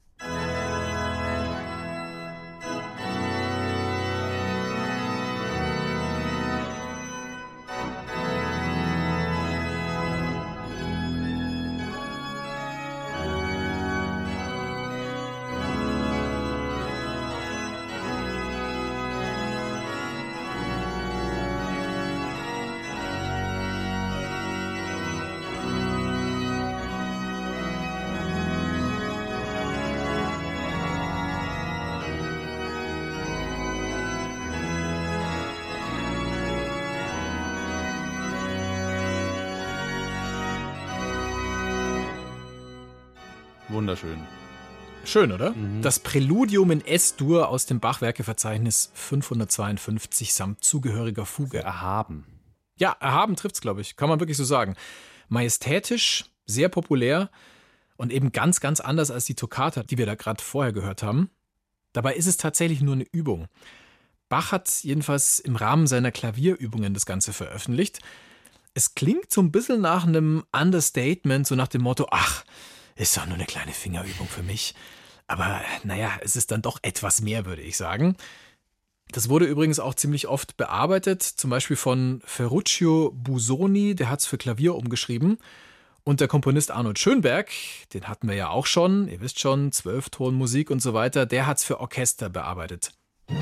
Wunderschön. Schön, oder? Mhm. Das Präludium in S-Dur aus dem Bach-Werkeverzeichnis fünfhundertzweiundfünfzig samt zugehöriger Fuge. Erhaben. Ja, erhaben trifft's, glaube ich. Kann man wirklich so sagen. Majestätisch, sehr populär und eben ganz, ganz anders als die Toccata, die wir da gerade vorher gehört haben. Dabei ist es tatsächlich nur eine Übung. Bach hat jedenfalls im Rahmen seiner Klavierübungen das Ganze veröffentlicht. Es klingt so ein bisschen nach einem Understatement, so nach dem Motto, ach, ist doch nur eine kleine Fingerübung für mich. Aber naja, es ist dann doch etwas mehr, würde ich sagen. Das wurde übrigens auch ziemlich oft bearbeitet, zum Beispiel von Ferruccio Busoni, der hat es für Klavier umgeschrieben. Und der Komponist Arnold Schönberg, den hatten wir ja auch schon, ihr wisst schon, Zwölftonmusik und so weiter, der hat es für Orchester bearbeitet.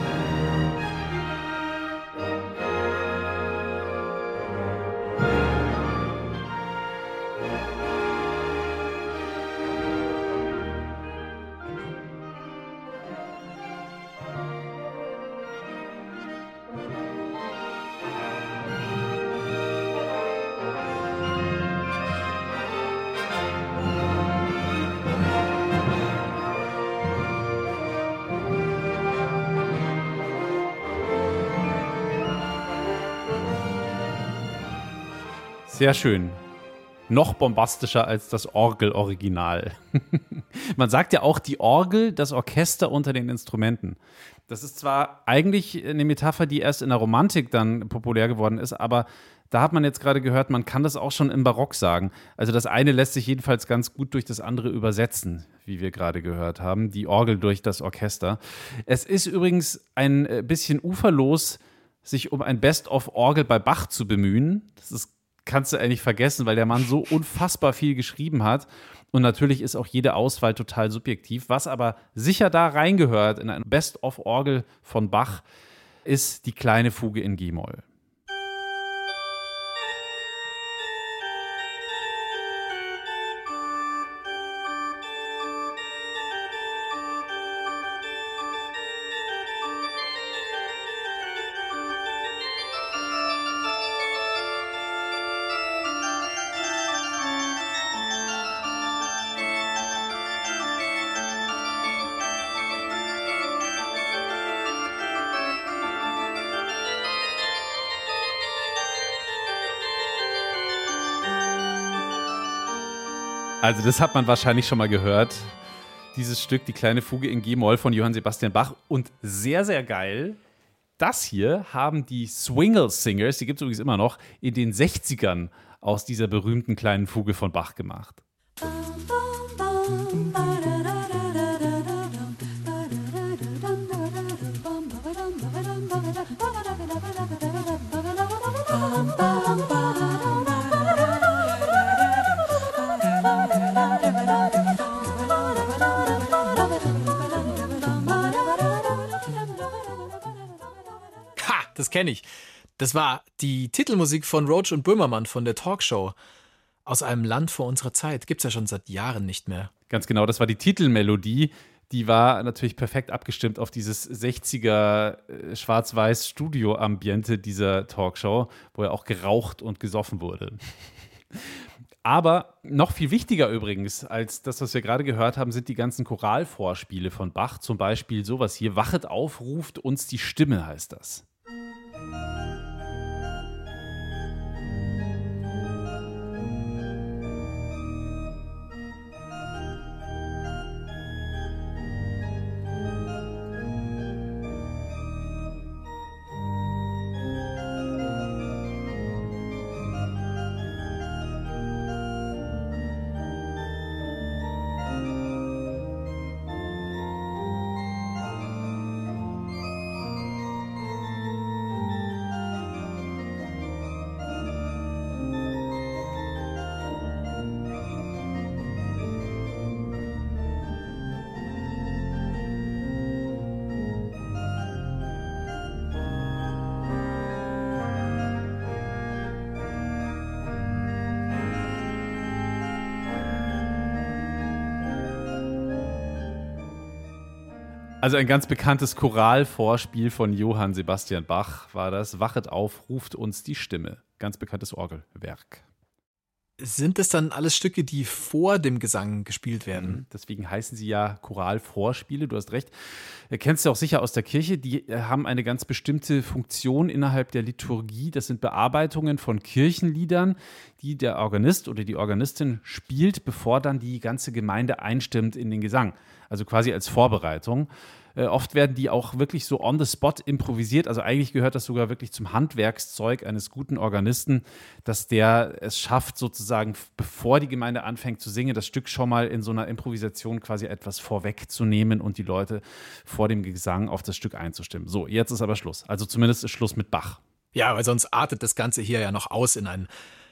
Sehr schön. Noch bombastischer als das Orgel-Original. Man sagt ja auch die Orgel, das Orchester unter den Instrumenten. Das ist zwar eigentlich eine Metapher, die erst in der Romantik dann populär geworden ist, aber da hat man jetzt gerade gehört, man kann das auch schon im Barock sagen. Also das eine lässt sich jedenfalls ganz gut durch das andere übersetzen, wie wir gerade gehört haben. Die Orgel durch das Orchester. Es ist übrigens ein bisschen uferlos, sich um ein Best-of-Orgel bei Bach zu bemühen. Das ist kannst du eigentlich vergessen, weil der Mann so unfassbar viel geschrieben hat. Und natürlich ist auch jede Auswahl total subjektiv. Was aber sicher da reingehört in ein Best-of-Orgel von Bach, ist die kleine Fuge in G-Moll. Also das hat man wahrscheinlich schon mal gehört. Dieses Stück, die kleine Fuge in G-Moll von Johann Sebastian Bach. Und sehr, sehr geil, das hier haben die Swingle Singers, die gibt es übrigens immer noch, in den sechzigern aus dieser berühmten kleinen Fuge von Bach gemacht. das kenne ich. Das war die Titelmusik von Roach und Böhmermann von der Talkshow. Aus einem Land vor unserer Zeit. Gibt's ja schon seit Jahren nicht mehr. Ganz genau, das war die Titelmelodie. Die war natürlich perfekt abgestimmt auf dieses sechziger äh, Schwarz-Weiß-Studio-Ambiente dieser Talkshow, wo ja auch geraucht und gesoffen wurde. Aber noch viel wichtiger übrigens als das, was wir gerade gehört haben, sind die ganzen Choralvorspiele von Bach. Zum Beispiel sowas hier: Wachet auf, ruft uns die Stimme, heißt das. Also ein ganz bekanntes Choralvorspiel von Johann Sebastian Bach war das. Wachet auf, ruft uns die Stimme. Ganz bekanntes Orgelwerk. Sind das dann alles Stücke, die vor dem Gesang gespielt werden? Deswegen heißen sie ja Choralvorspiele, du hast recht. Kennst du auch sicher aus der Kirche, die haben eine ganz bestimmte Funktion innerhalb der Liturgie. Das sind Bearbeitungen von Kirchenliedern, die der Organist oder die Organistin spielt, bevor dann die ganze Gemeinde einstimmt in den Gesang. Also quasi als Vorbereitung. Äh, oft werden die auch wirklich so on the spot improvisiert. Also eigentlich gehört das sogar wirklich zum Handwerkszeug eines guten Organisten, dass der es schafft, sozusagen, bevor die Gemeinde anfängt zu singen, das Stück schon mal in so einer Improvisation quasi etwas vorwegzunehmen und die Leute vor dem Gesang auf das Stück einzustimmen. So, jetzt ist aber Schluss. Also zumindest ist Schluss mit Bach. Ja, weil sonst artet das Ganze hier ja noch aus in ein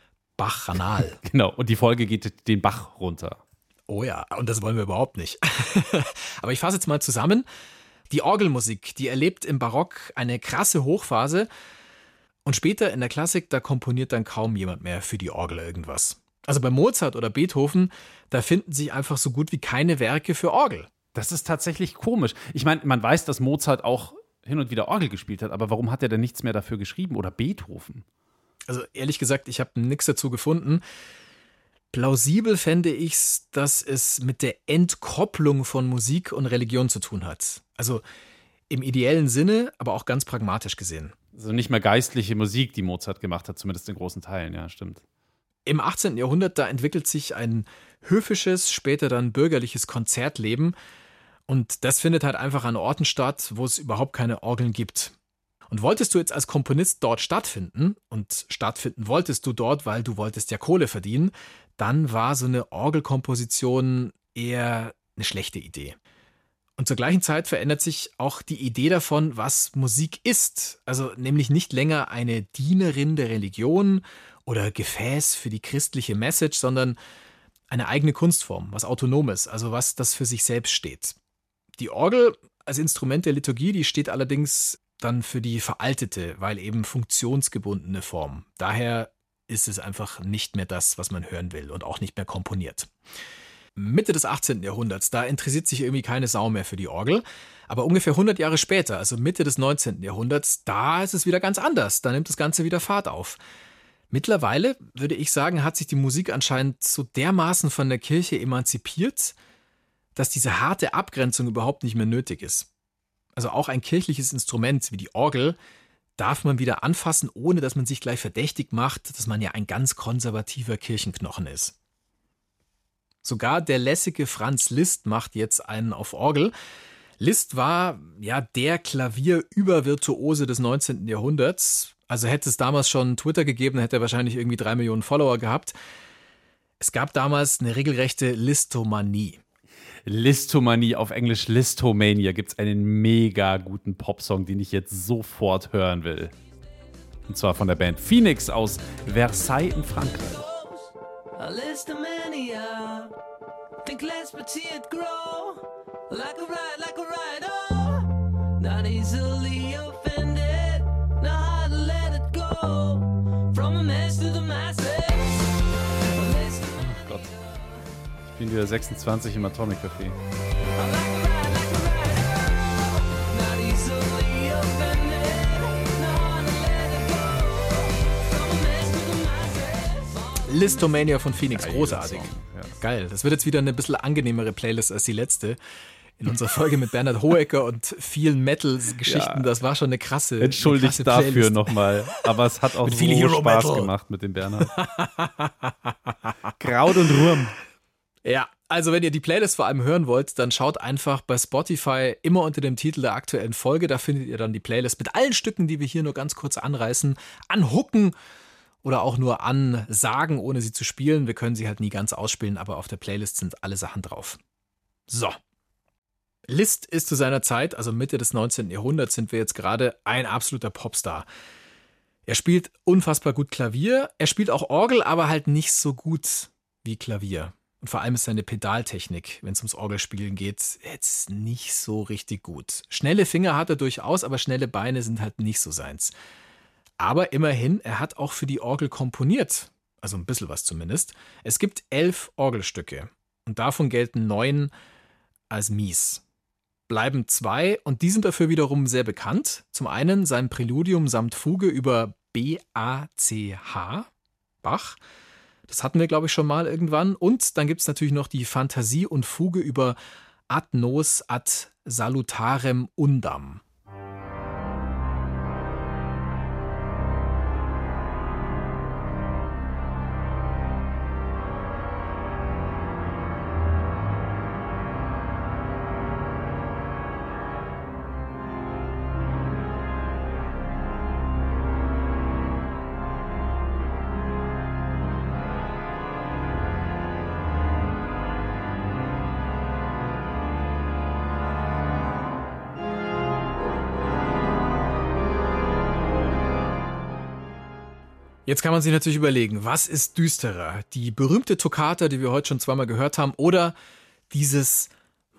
Bachanal. Genau, und die Folge geht den Bach runter. Oh ja, und das wollen wir überhaupt nicht. Aber ich fasse jetzt mal zusammen. Die Orgelmusik, die erlebt im Barock eine krasse Hochphase. Und später in der Klassik, da komponiert dann kaum jemand mehr für die Orgel irgendwas. Also bei Mozart oder Beethoven, da finden sich einfach so gut wie keine Werke für Orgel. Das ist tatsächlich komisch. Ich meine, man weiß, dass Mozart auch hin und wieder Orgel gespielt hat, aber warum hat er denn nichts mehr dafür geschrieben? Oder Beethoven? Also ehrlich gesagt, ich habe nichts dazu gefunden. Plausibel fände ich es, dass es mit der Entkopplung von Musik und Religion zu tun hat. Also im ideellen Sinne, aber auch ganz pragmatisch gesehen. Also nicht mehr geistliche Musik, die Mozart gemacht hat, zumindest in großen Teilen, ja, stimmt. Im achtzehnten Jahrhundert, da entwickelt sich ein höfisches, später dann bürgerliches Konzertleben. Und das findet halt einfach an Orten statt, wo es überhaupt keine Orgeln gibt. Und wolltest du jetzt als Komponist dort stattfinden, und stattfinden wolltest du dort, weil du wolltest ja Kohle verdienen, dann war so eine Orgelkomposition eher eine schlechte Idee. Und zur gleichen Zeit verändert sich auch die Idee davon, was Musik ist. Also nämlich nicht länger eine Dienerin der Religion oder Gefäß für die christliche Message, sondern eine eigene Kunstform, was Autonomes, also was das für sich selbst steht. Die Orgel als Instrument der Liturgie, die steht allerdings dann für die veraltete, weil eben funktionsgebundene Form. Daher ist es einfach nicht mehr das, was man hören will und auch nicht mehr komponiert. Mitte des achtzehnten Jahrhunderts, da interessiert sich irgendwie keine Sau mehr für die Orgel. Aber ungefähr hundert Jahre später, also Mitte des neunzehnten Jahrhunderts, da ist es wieder ganz anders. Da nimmt das Ganze wieder Fahrt auf. Mittlerweile, würde ich sagen, hat sich die Musik anscheinend so dermaßen von der Kirche emanzipiert, dass diese harte Abgrenzung überhaupt nicht mehr nötig ist. Also auch ein kirchliches Instrument wie die Orgel darf man wieder anfassen, ohne dass man sich gleich verdächtig macht, dass man ja ein ganz konservativer Kirchenknochen ist. Sogar der lässige Franz Liszt macht jetzt einen auf Orgel. Liszt war ja der Klavierübervirtuose des neunzehnten Jahrhunderts. Also hätte es damals schon Twitter gegeben, hätte er wahrscheinlich irgendwie drei Millionen Follower gehabt. Es gab damals eine regelrechte Listomanie. Listomanie, auf Englisch Listomania, gibt es einen mega guten Popsong, den ich jetzt sofort hören will. Und zwar von der Band Phoenix aus Versailles in Frankreich. Listomania, think let's see it grow, like a ride, like a ride, oh, not easily offended, not Ich bin wieder sechsundzwanzig im Atomic Café. Listomania von Phoenix, Geil, großartig. Song, ja. Geil. Das wird jetzt wieder eine bisschen angenehmere Playlist als die letzte. In unserer Folge mit Bernhard Hohecker und vielen Metal-Geschichten, Ja. das war schon eine krasse Entschuldigt eine krasse dafür Playlist. nochmal. Aber es hat auch Mit so viel Hero Spaß Metal. gemacht mit dem Bernhard. Kraut und Ruhm. Ja, also wenn ihr die Playlist vor allem hören wollt, dann schaut einfach bei Spotify immer unter dem Titel der aktuellen Folge. Da findet ihr dann die Playlist mit allen Stücken, die wir hier nur ganz kurz anreißen, anhucken oder auch nur ansagen, ohne sie zu spielen. Wir können sie halt nie ganz ausspielen, aber auf der Playlist sind alle Sachen drauf. So. Liszt ist zu seiner Zeit, also Mitte des neunzehnten Jahrhunderts, sind wir jetzt gerade, ein absoluter Popstar. Er spielt unfassbar gut Klavier, er spielt auch Orgel, aber halt nicht so gut wie Klavier. Und vor allem ist seine Pedaltechnik, wenn es ums Orgelspielen geht, jetzt nicht so richtig gut. Schnelle Finger hat er durchaus, aber schnelle Beine sind halt nicht so seins. Aber immerhin, er hat auch für die Orgel komponiert. Also ein bisschen was zumindest. Es gibt elf Orgelstücke und davon gelten neun als mies. Bleiben zwei und die sind dafür wiederum sehr bekannt. Zum einen sein Präludium samt Fuge über B A C H, Bach. Das hatten wir, glaube ich, schon mal irgendwann. Und dann gibt es natürlich noch die Fantasie und Fuge über Ad nos ad salutarem undam. Jetzt kann man sich natürlich überlegen, was ist düsterer? Die berühmte Toccata, die wir heute schon zweimal gehört haben, oder dieses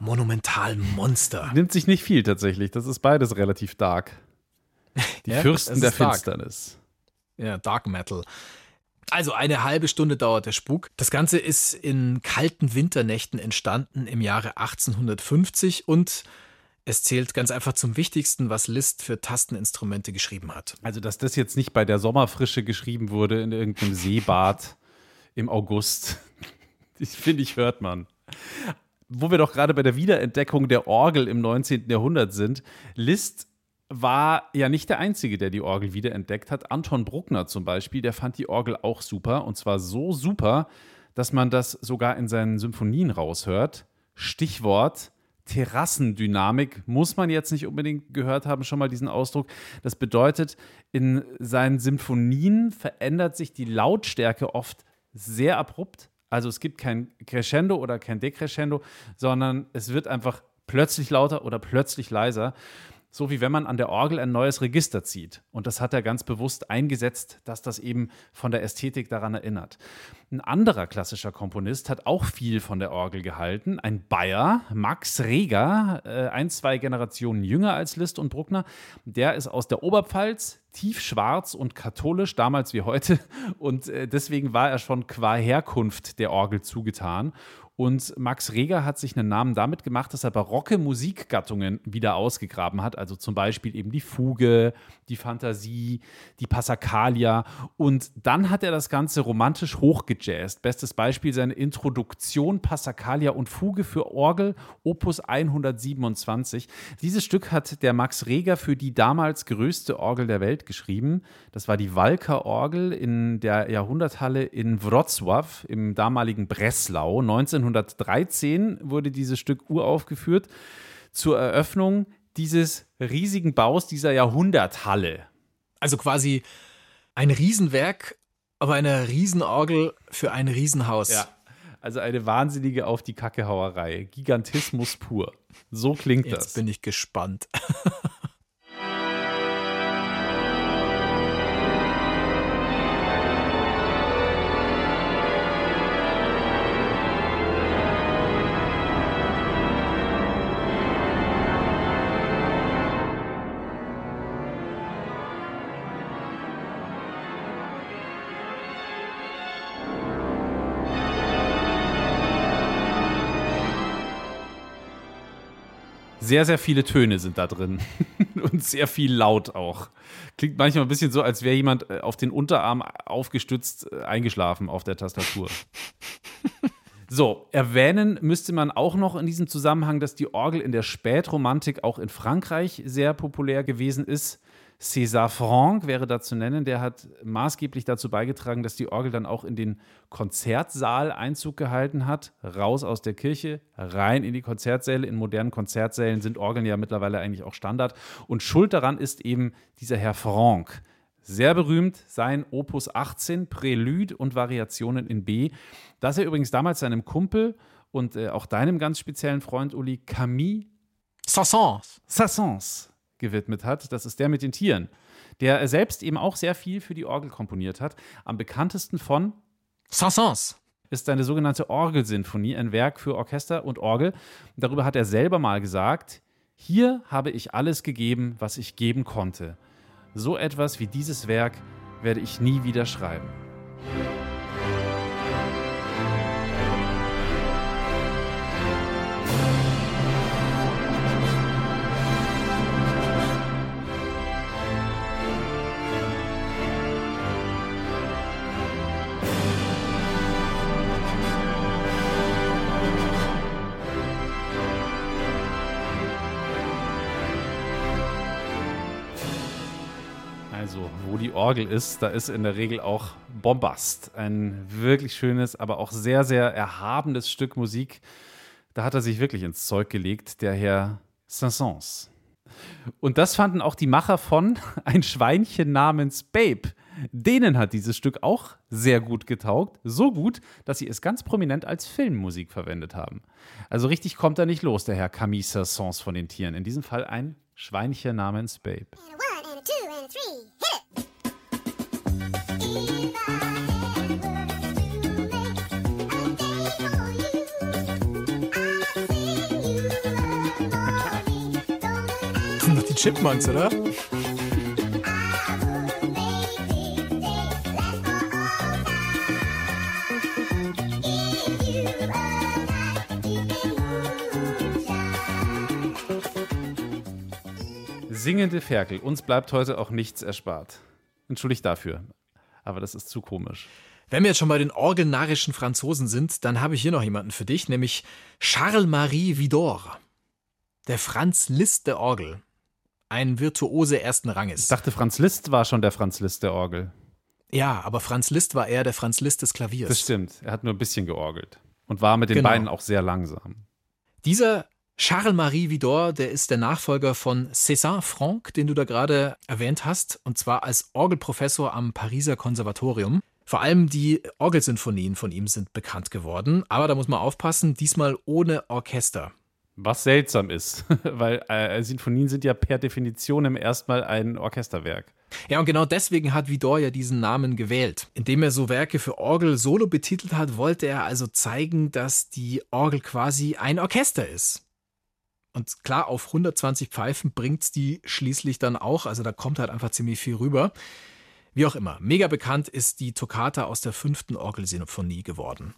Monumentalmonster? Nimmt sich nicht viel tatsächlich. Das ist beides relativ dark. Die Ja, Fürsten es der ist dark. Finsternis. Ja, Dark Metal. Also eine halbe Stunde dauert der Spuk. Das Ganze ist in kalten Winternächten entstanden im Jahre achtzehnhundertfünfzig und es zählt ganz einfach zum Wichtigsten, was Liszt für Tasteninstrumente geschrieben hat. Also, dass das jetzt nicht bei der Sommerfrische geschrieben wurde in irgendeinem Seebad im August, das finde ich, hört man. Wo wir doch gerade bei der Wiederentdeckung der Orgel im neunzehnten Jahrhundert sind, Liszt war ja nicht der Einzige, der die Orgel wiederentdeckt hat. Anton Bruckner zum Beispiel, der fand die Orgel auch super. Und zwar so super, dass man das sogar in seinen Symphonien raushört. Stichwort Terrassendynamik, muss man jetzt nicht unbedingt gehört haben, schon mal diesen Ausdruck. Das bedeutet, in seinen Symphonien verändert sich die Lautstärke oft sehr abrupt. Also es gibt kein Crescendo oder kein Decrescendo, sondern es wird einfach plötzlich lauter oder plötzlich leiser. So wie wenn man an der Orgel ein neues Register zieht. Und das hat er ganz bewusst eingesetzt, dass das eben von der Ästhetik daran erinnert. Ein anderer klassischer Komponist hat auch viel von der Orgel gehalten. Ein Bayer, Max Reger, äh, ein, zwei Generationen jünger als Liszt und Bruckner. Der ist aus der Oberpfalz, tiefschwarz und katholisch, damals wie heute. Und äh, deswegen war er schon qua Herkunft der Orgel zugetan. Und Max Reger hat sich einen Namen damit gemacht, dass er barocke Musikgattungen wieder ausgegraben hat. Also zum Beispiel eben die Fuge, die Fantasie, die Passacaglia. Und dann hat er das Ganze romantisch hochgejazzt. Bestes Beispiel seine Introduktion Passacaglia und Fuge für Orgel, Opus hundertsiebenundzwanzig. Dieses Stück hat der Max Reger für die damals größte Orgel der Welt geschrieben. Das war die Walker-Orgel in der Jahrhunderthalle in Wrocław im damaligen Breslau. neunzehnhundertdreizehn wurde dieses Stück uraufgeführt zur Eröffnung dieses riesigen Baus, dieser Jahrhunderthalle. Also quasi ein Riesenwerk, aber eine Riesenorgel für ein Riesenhaus. Ja, also eine wahnsinnige auf die Kackehauerei. Gigantismus pur. So klingt Jetzt das. Jetzt bin ich gespannt. Sehr, sehr viele Töne sind da drin und sehr viel laut auch. Klingt manchmal ein bisschen so, als wäre jemand auf den Unterarm aufgestützt eingeschlafen auf der Tastatur. So, erwähnen müsste man auch noch in diesem Zusammenhang, dass die Orgel in der Spätromantik auch in Frankreich sehr populär gewesen ist. César Franck wäre da zu nennen, der hat maßgeblich dazu beigetragen, dass die Orgel dann auch in den Konzertsaal Einzug gehalten hat. Raus aus der Kirche, rein in die Konzertsäle. In modernen Konzertsälen sind Orgeln ja mittlerweile eigentlich auch Standard. Und schuld daran ist eben dieser Herr Franck. Sehr berühmt sein Opus achtzehn, Prälude und Variationen in B, das er übrigens damals seinem Kumpel und äh, auch deinem ganz speziellen Freund Uli Camille Saint-Saëns. Saint-Saëns gewidmet hat. Das ist der mit den Tieren, der selbst eben auch sehr viel für die Orgel komponiert hat. Am bekanntesten von Saint-Saëns ist seine sogenannte Orgelsinfonie, ein Werk für Orchester und Orgel. Darüber hat er selber mal gesagt, hier habe ich alles gegeben, was ich geben konnte. So etwas wie dieses Werk werde ich nie wieder schreiben. Also, wo die Orgel ist, da ist in der Regel auch Bombast. Ein wirklich schönes, aber auch sehr, sehr erhabenes Stück Musik. Da hat er sich wirklich ins Zeug gelegt, der Herr Saint-Saëns. Und das fanden auch die Macher von Ein Schweinchen namens Babe. Denen hat dieses Stück auch sehr gut getaugt. So gut, dass sie es ganz prominent als Filmmusik verwendet haben. Also richtig kommt er nicht los, der Herr Camille Saint-Saëns von den Tieren. In diesem Fall ein Schweinchen namens Babe. Das sind doch die Chipmunks, oder? Singende Ferkel. Uns bleibt heute auch nichts erspart. Entschuldigt dafür. Aber das ist zu komisch. Wenn wir jetzt schon bei den orgelnarrischen Franzosen sind, dann habe ich hier noch jemanden für dich, nämlich Charles-Marie Widor. Der Franz Liszt der Orgel. Ein Virtuose ersten Ranges. Ich dachte, Franz Liszt war schon der Franz Liszt der Orgel. Ja, aber Franz Liszt war eher der Franz Liszt des Klaviers. Das stimmt. Er hat nur ein bisschen georgelt. Und war mit den Genau. Beinen auch sehr langsam. Dieser Charles-Marie Widor, der ist der Nachfolger von César Franck, den du da gerade erwähnt hast, und zwar als Orgelprofessor am Pariser Konservatorium. Vor allem die Orgelsinfonien von ihm sind bekannt geworden, aber da muss man aufpassen, diesmal ohne Orchester. Was seltsam ist, weil äh, Sinfonien sind ja per Definition erstmal ein Orchesterwerk. Ja, und genau deswegen hat Widor ja diesen Namen gewählt. Indem er so Werke für Orgel solo betitelt hat, wollte er also zeigen, dass die Orgel quasi ein Orchester ist. Und klar, auf hundertzwanzig Pfeifen bringt's die schließlich dann auch, also da kommt halt einfach ziemlich viel rüber. Wie auch immer, mega bekannt ist die Toccata aus der fünften Orgelsinfonie geworden.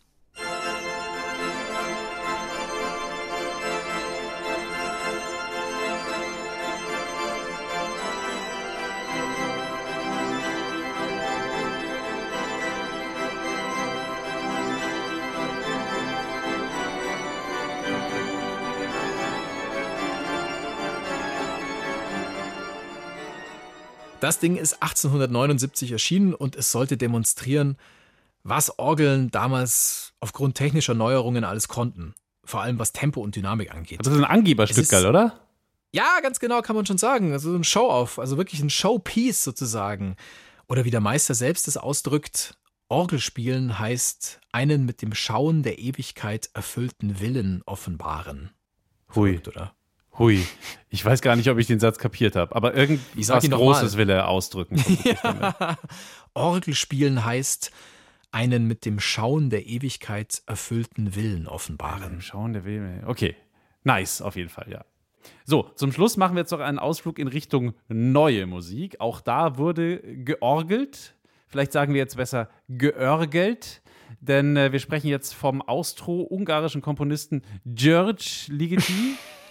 Das Ding ist achtzehnhundertneunundsiebzig erschienen und es sollte demonstrieren, was Orgeln damals aufgrund technischer Neuerungen alles konnten. Vor allem was Tempo und Dynamik angeht. Das ist ein Angeberstück, oder? Ja, ganz genau kann man schon sagen. Also ein Show-off, also wirklich ein Showpiece sozusagen. Oder wie der Meister selbst es ausdrückt, Orgelspielen heißt einen mit dem Schauen der Ewigkeit erfüllten Willen offenbaren. Hui. Verrückt, oder? Hui, ich weiß gar nicht, ob ich den Satz kapiert habe, aber irgendwas Großes will er ausdrücken. Ja. Orgelspielen heißt einen mit dem Schauen der Ewigkeit erfüllten Willen offenbaren. Schauen der Willen. Okay, nice, auf jeden Fall, ja. So, zum Schluss machen wir jetzt noch einen Ausflug in Richtung neue Musik. Auch da wurde georgelt. Vielleicht sagen wir jetzt besser geörgelt. Denn äh, wir sprechen jetzt vom austro-ungarischen Komponisten György Ligeti.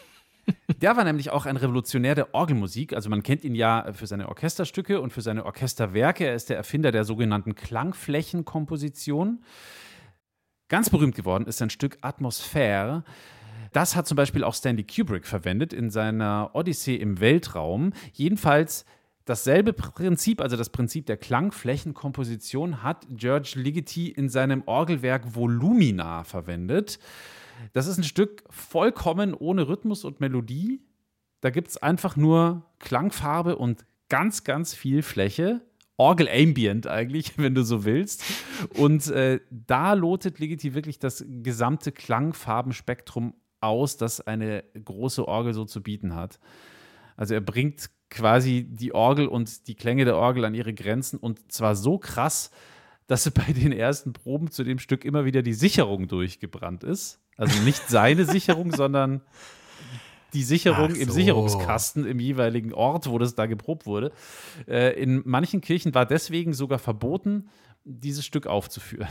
Der war nämlich auch ein Revolutionär der Orgelmusik. Also man kennt ihn ja für seine Orchesterstücke und für seine Orchesterwerke. Er ist der Erfinder der sogenannten Klangflächenkomposition. Ganz berühmt geworden ist sein Stück Atmosphäre. Das hat zum Beispiel auch Stanley Kubrick verwendet in seiner Odyssee im Weltraum. Jedenfalls dasselbe Prinzip, also das Prinzip der Klangflächenkomposition, hat George Ligeti in seinem Orgelwerk Volumina verwendet. Das ist ein Stück vollkommen ohne Rhythmus und Melodie. Da gibt es einfach nur Klangfarbe und ganz, ganz viel Fläche. Orgel-Ambient eigentlich, wenn du so willst. Und äh, da lotet Ligeti wirklich das gesamte Klangfarbenspektrum aus, das eine große Orgel so zu bieten hat. Also er bringt quasi die Orgel und die Klänge der Orgel an ihre Grenzen und zwar so krass, dass bei den ersten Proben zu dem Stück immer wieder die Sicherung durchgebrannt ist. Also nicht seine Sicherung, sondern die Sicherung Ach im so. Sicherungskasten im jeweiligen Ort, wo das da geprobt wurde. Äh, in manchen Kirchen war deswegen sogar verboten, dieses Stück aufzuführen.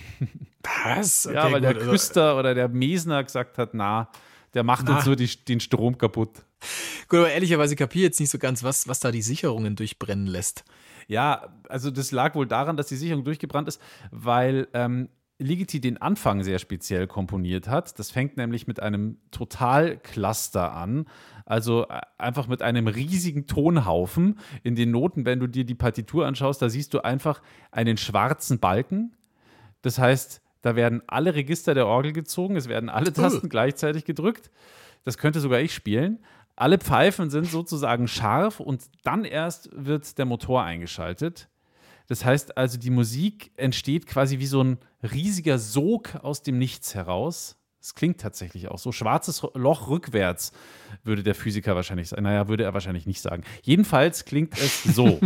Was? Okay, ja, weil der gut, also- Küster oder der Mesner gesagt hat, na, der macht Na. uns so die, den Strom kaputt. Gut, aber ehrlicherweise kapiere ich jetzt nicht so ganz, was, was da die Sicherungen durchbrennen lässt. Ja, also das lag wohl daran, dass die Sicherung durchgebrannt ist, weil ähm, Ligeti den Anfang sehr speziell komponiert hat. Das fängt nämlich mit einem Totalcluster an, also äh, einfach mit einem riesigen Tonhaufen. In den Noten, wenn du dir die Partitur anschaust, da siehst du einfach einen schwarzen Balken. Das heißt, da werden alle Register der Orgel gezogen, es werden alle Tasten gleichzeitig gedrückt. Das könnte sogar ich spielen. Alle Pfeifen sind sozusagen scharf und dann erst wird der Motor eingeschaltet. Das heißt also, die Musik entsteht quasi wie so ein riesiger Sog aus dem Nichts heraus. Es klingt tatsächlich auch so. Schwarzes Loch rückwärts, würde der Physiker wahrscheinlich sagen. Naja, würde er wahrscheinlich nicht sagen. Jedenfalls klingt es so.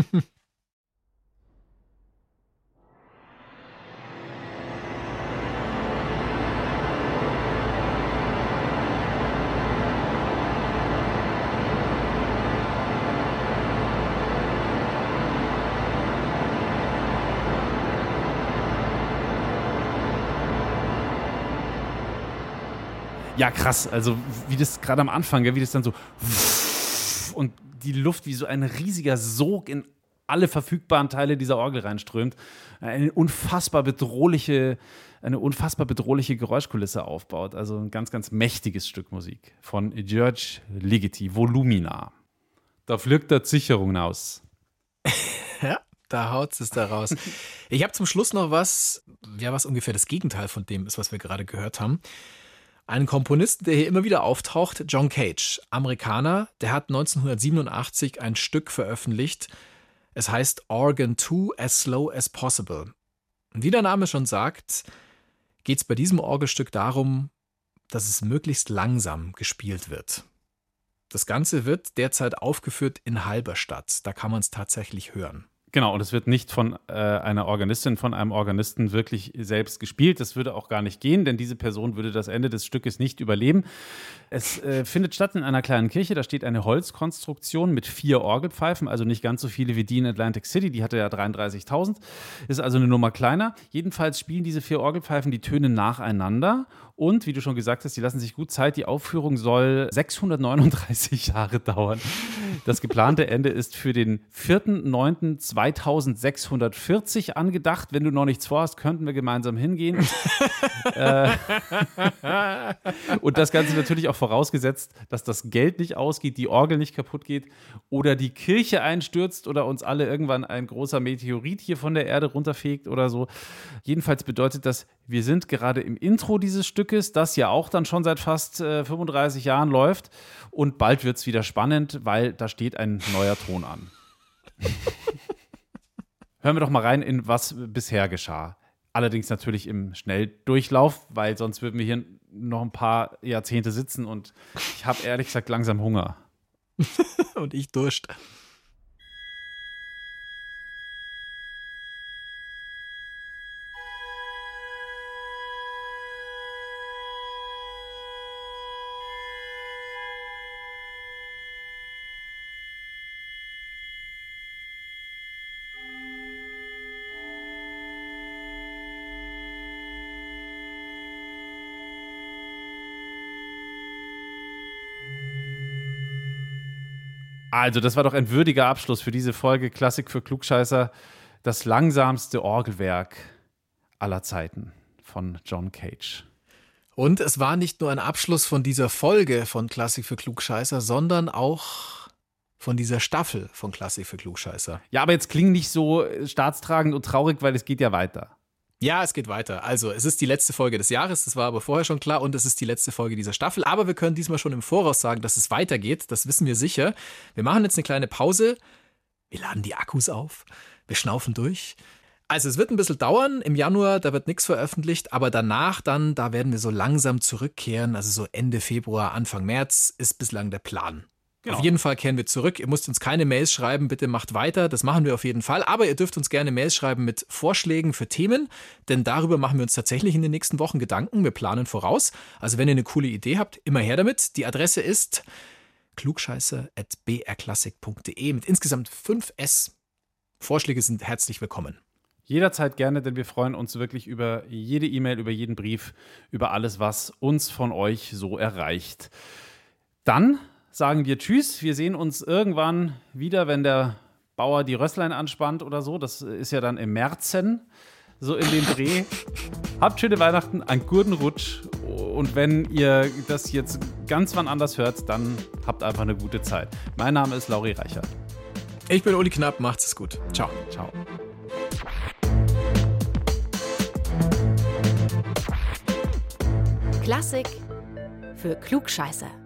Ja, krass. Also, wie das gerade am Anfang, wie das dann so und die Luft wie so ein riesiger Sog in alle verfügbaren Teile dieser Orgel reinströmt. Eine unfassbar bedrohliche, eine unfassbar bedrohliche Geräuschkulisse aufbaut. Also ein ganz, ganz mächtiges Stück Musik von George Ligeti, Volumina. Da fliegt der Sicherung aus. Ja, da haut es da raus. Ich habe zum Schluss noch was, ja, was ungefähr das Gegenteil von dem ist, was wir gerade gehört haben. Einen Komponisten, der hier immer wieder auftaucht, John Cage, Amerikaner, der hat neunzehnhundertsiebenundachtzig ein Stück veröffentlicht. Es heißt Organ zwei as slow as possible. Und wie der Name schon sagt, geht es bei diesem Orgelstück darum, dass es möglichst langsam gespielt wird. Das Ganze wird derzeit aufgeführt in Halberstadt. Da kann man es tatsächlich hören. Genau, und es wird nicht von äh, einer Organistin, von einem Organisten wirklich selbst gespielt. Das würde auch gar nicht gehen, denn diese Person würde das Ende des Stückes nicht überleben. Es äh, findet statt in einer kleinen Kirche. Da steht eine Holzkonstruktion mit vier Orgelpfeifen, also nicht ganz so viele wie die in Atlantic City. Die hatte ja dreiunddreißigtausend. Ist also eine Nummer kleiner. Jedenfalls spielen diese vier Orgelpfeifen die Töne nacheinander. Und wie du schon gesagt hast, die lassen sich gut Zeit. Die Aufführung soll sechshundertneununddreißig Jahre dauern. Das geplante Ende ist für den vierten neunten zweitausendsechshundertvierzig angedacht. Wenn du noch nichts vorhast, könnten wir gemeinsam hingehen. äh, und das Ganze natürlich auch vorausgesetzt, dass das Geld nicht ausgeht, die Orgel nicht kaputt geht oder die Kirche einstürzt oder uns alle irgendwann ein großer Meteorit hier von der Erde runterfegt oder so. Jedenfalls bedeutet das, wir sind gerade im Intro dieses Stückes, das ja auch dann schon seit fast äh, fünfunddreißig Jahren läuft. Und bald wird es wieder spannend, weil da steht ein neuer Ton an. Hören wir doch mal rein in was bisher geschah. Allerdings natürlich im Schnelldurchlauf, weil sonst würden wir hier noch ein paar Jahrzehnte sitzen und ich habe ehrlich gesagt langsam Hunger. Und ich Durst. Also, das war doch ein würdiger Abschluss für diese Folge Klassik für Klugscheißer. Das langsamste Orgelwerk aller Zeiten von John Cage. Und es war nicht nur ein Abschluss von dieser Folge von Klassik für Klugscheißer, sondern auch von dieser Staffel von Klassik für Klugscheißer. Ja, aber jetzt klingt nicht so staatstragend und traurig, weil es geht ja weiter. Ja, es geht weiter. Also, es ist die letzte Folge des Jahres, das war aber vorher schon klar, und es ist die letzte Folge dieser Staffel. Aber wir können diesmal schon im Voraus sagen, dass es weitergeht, das wissen wir sicher. Wir machen jetzt eine kleine Pause, wir laden die Akkus auf, wir schnaufen durch. Also es wird ein bisschen dauern, im Januar, da wird nichts veröffentlicht, aber danach dann, da werden wir so langsam zurückkehren, also so Ende Februar, Anfang März ist bislang der Plan. Genau. Auf jeden Fall kehren wir zurück, ihr müsst uns keine Mails schreiben, bitte macht weiter, das machen wir auf jeden Fall, aber ihr dürft uns gerne Mails schreiben mit Vorschlägen für Themen, denn darüber machen wir uns tatsächlich in den nächsten Wochen Gedanken, wir planen voraus, also wenn ihr eine coole Idee habt, immer her damit, die Adresse ist klugscheißer at b r klassik punkt d e mit insgesamt fünf S. Vorschläge sind herzlich willkommen. Jederzeit gerne, denn wir freuen uns wirklich über jede E-Mail, über jeden Brief, über alles, was uns von euch so erreicht. Dann sagen wir Tschüss. Wir sehen uns irgendwann wieder, wenn der Bauer die Rösslein anspannt oder so. Das ist ja dann im Märzen, so in dem Dreh. Habt schöne Weihnachten, einen guten Rutsch. Und wenn ihr das jetzt ganz wann anders hört, dann habt einfach eine gute Zeit. Mein Name ist Lauri Reichert. Ich bin Uli Knapp, macht's es gut. Ciao. Ciao. Klassik für Klugscheißer.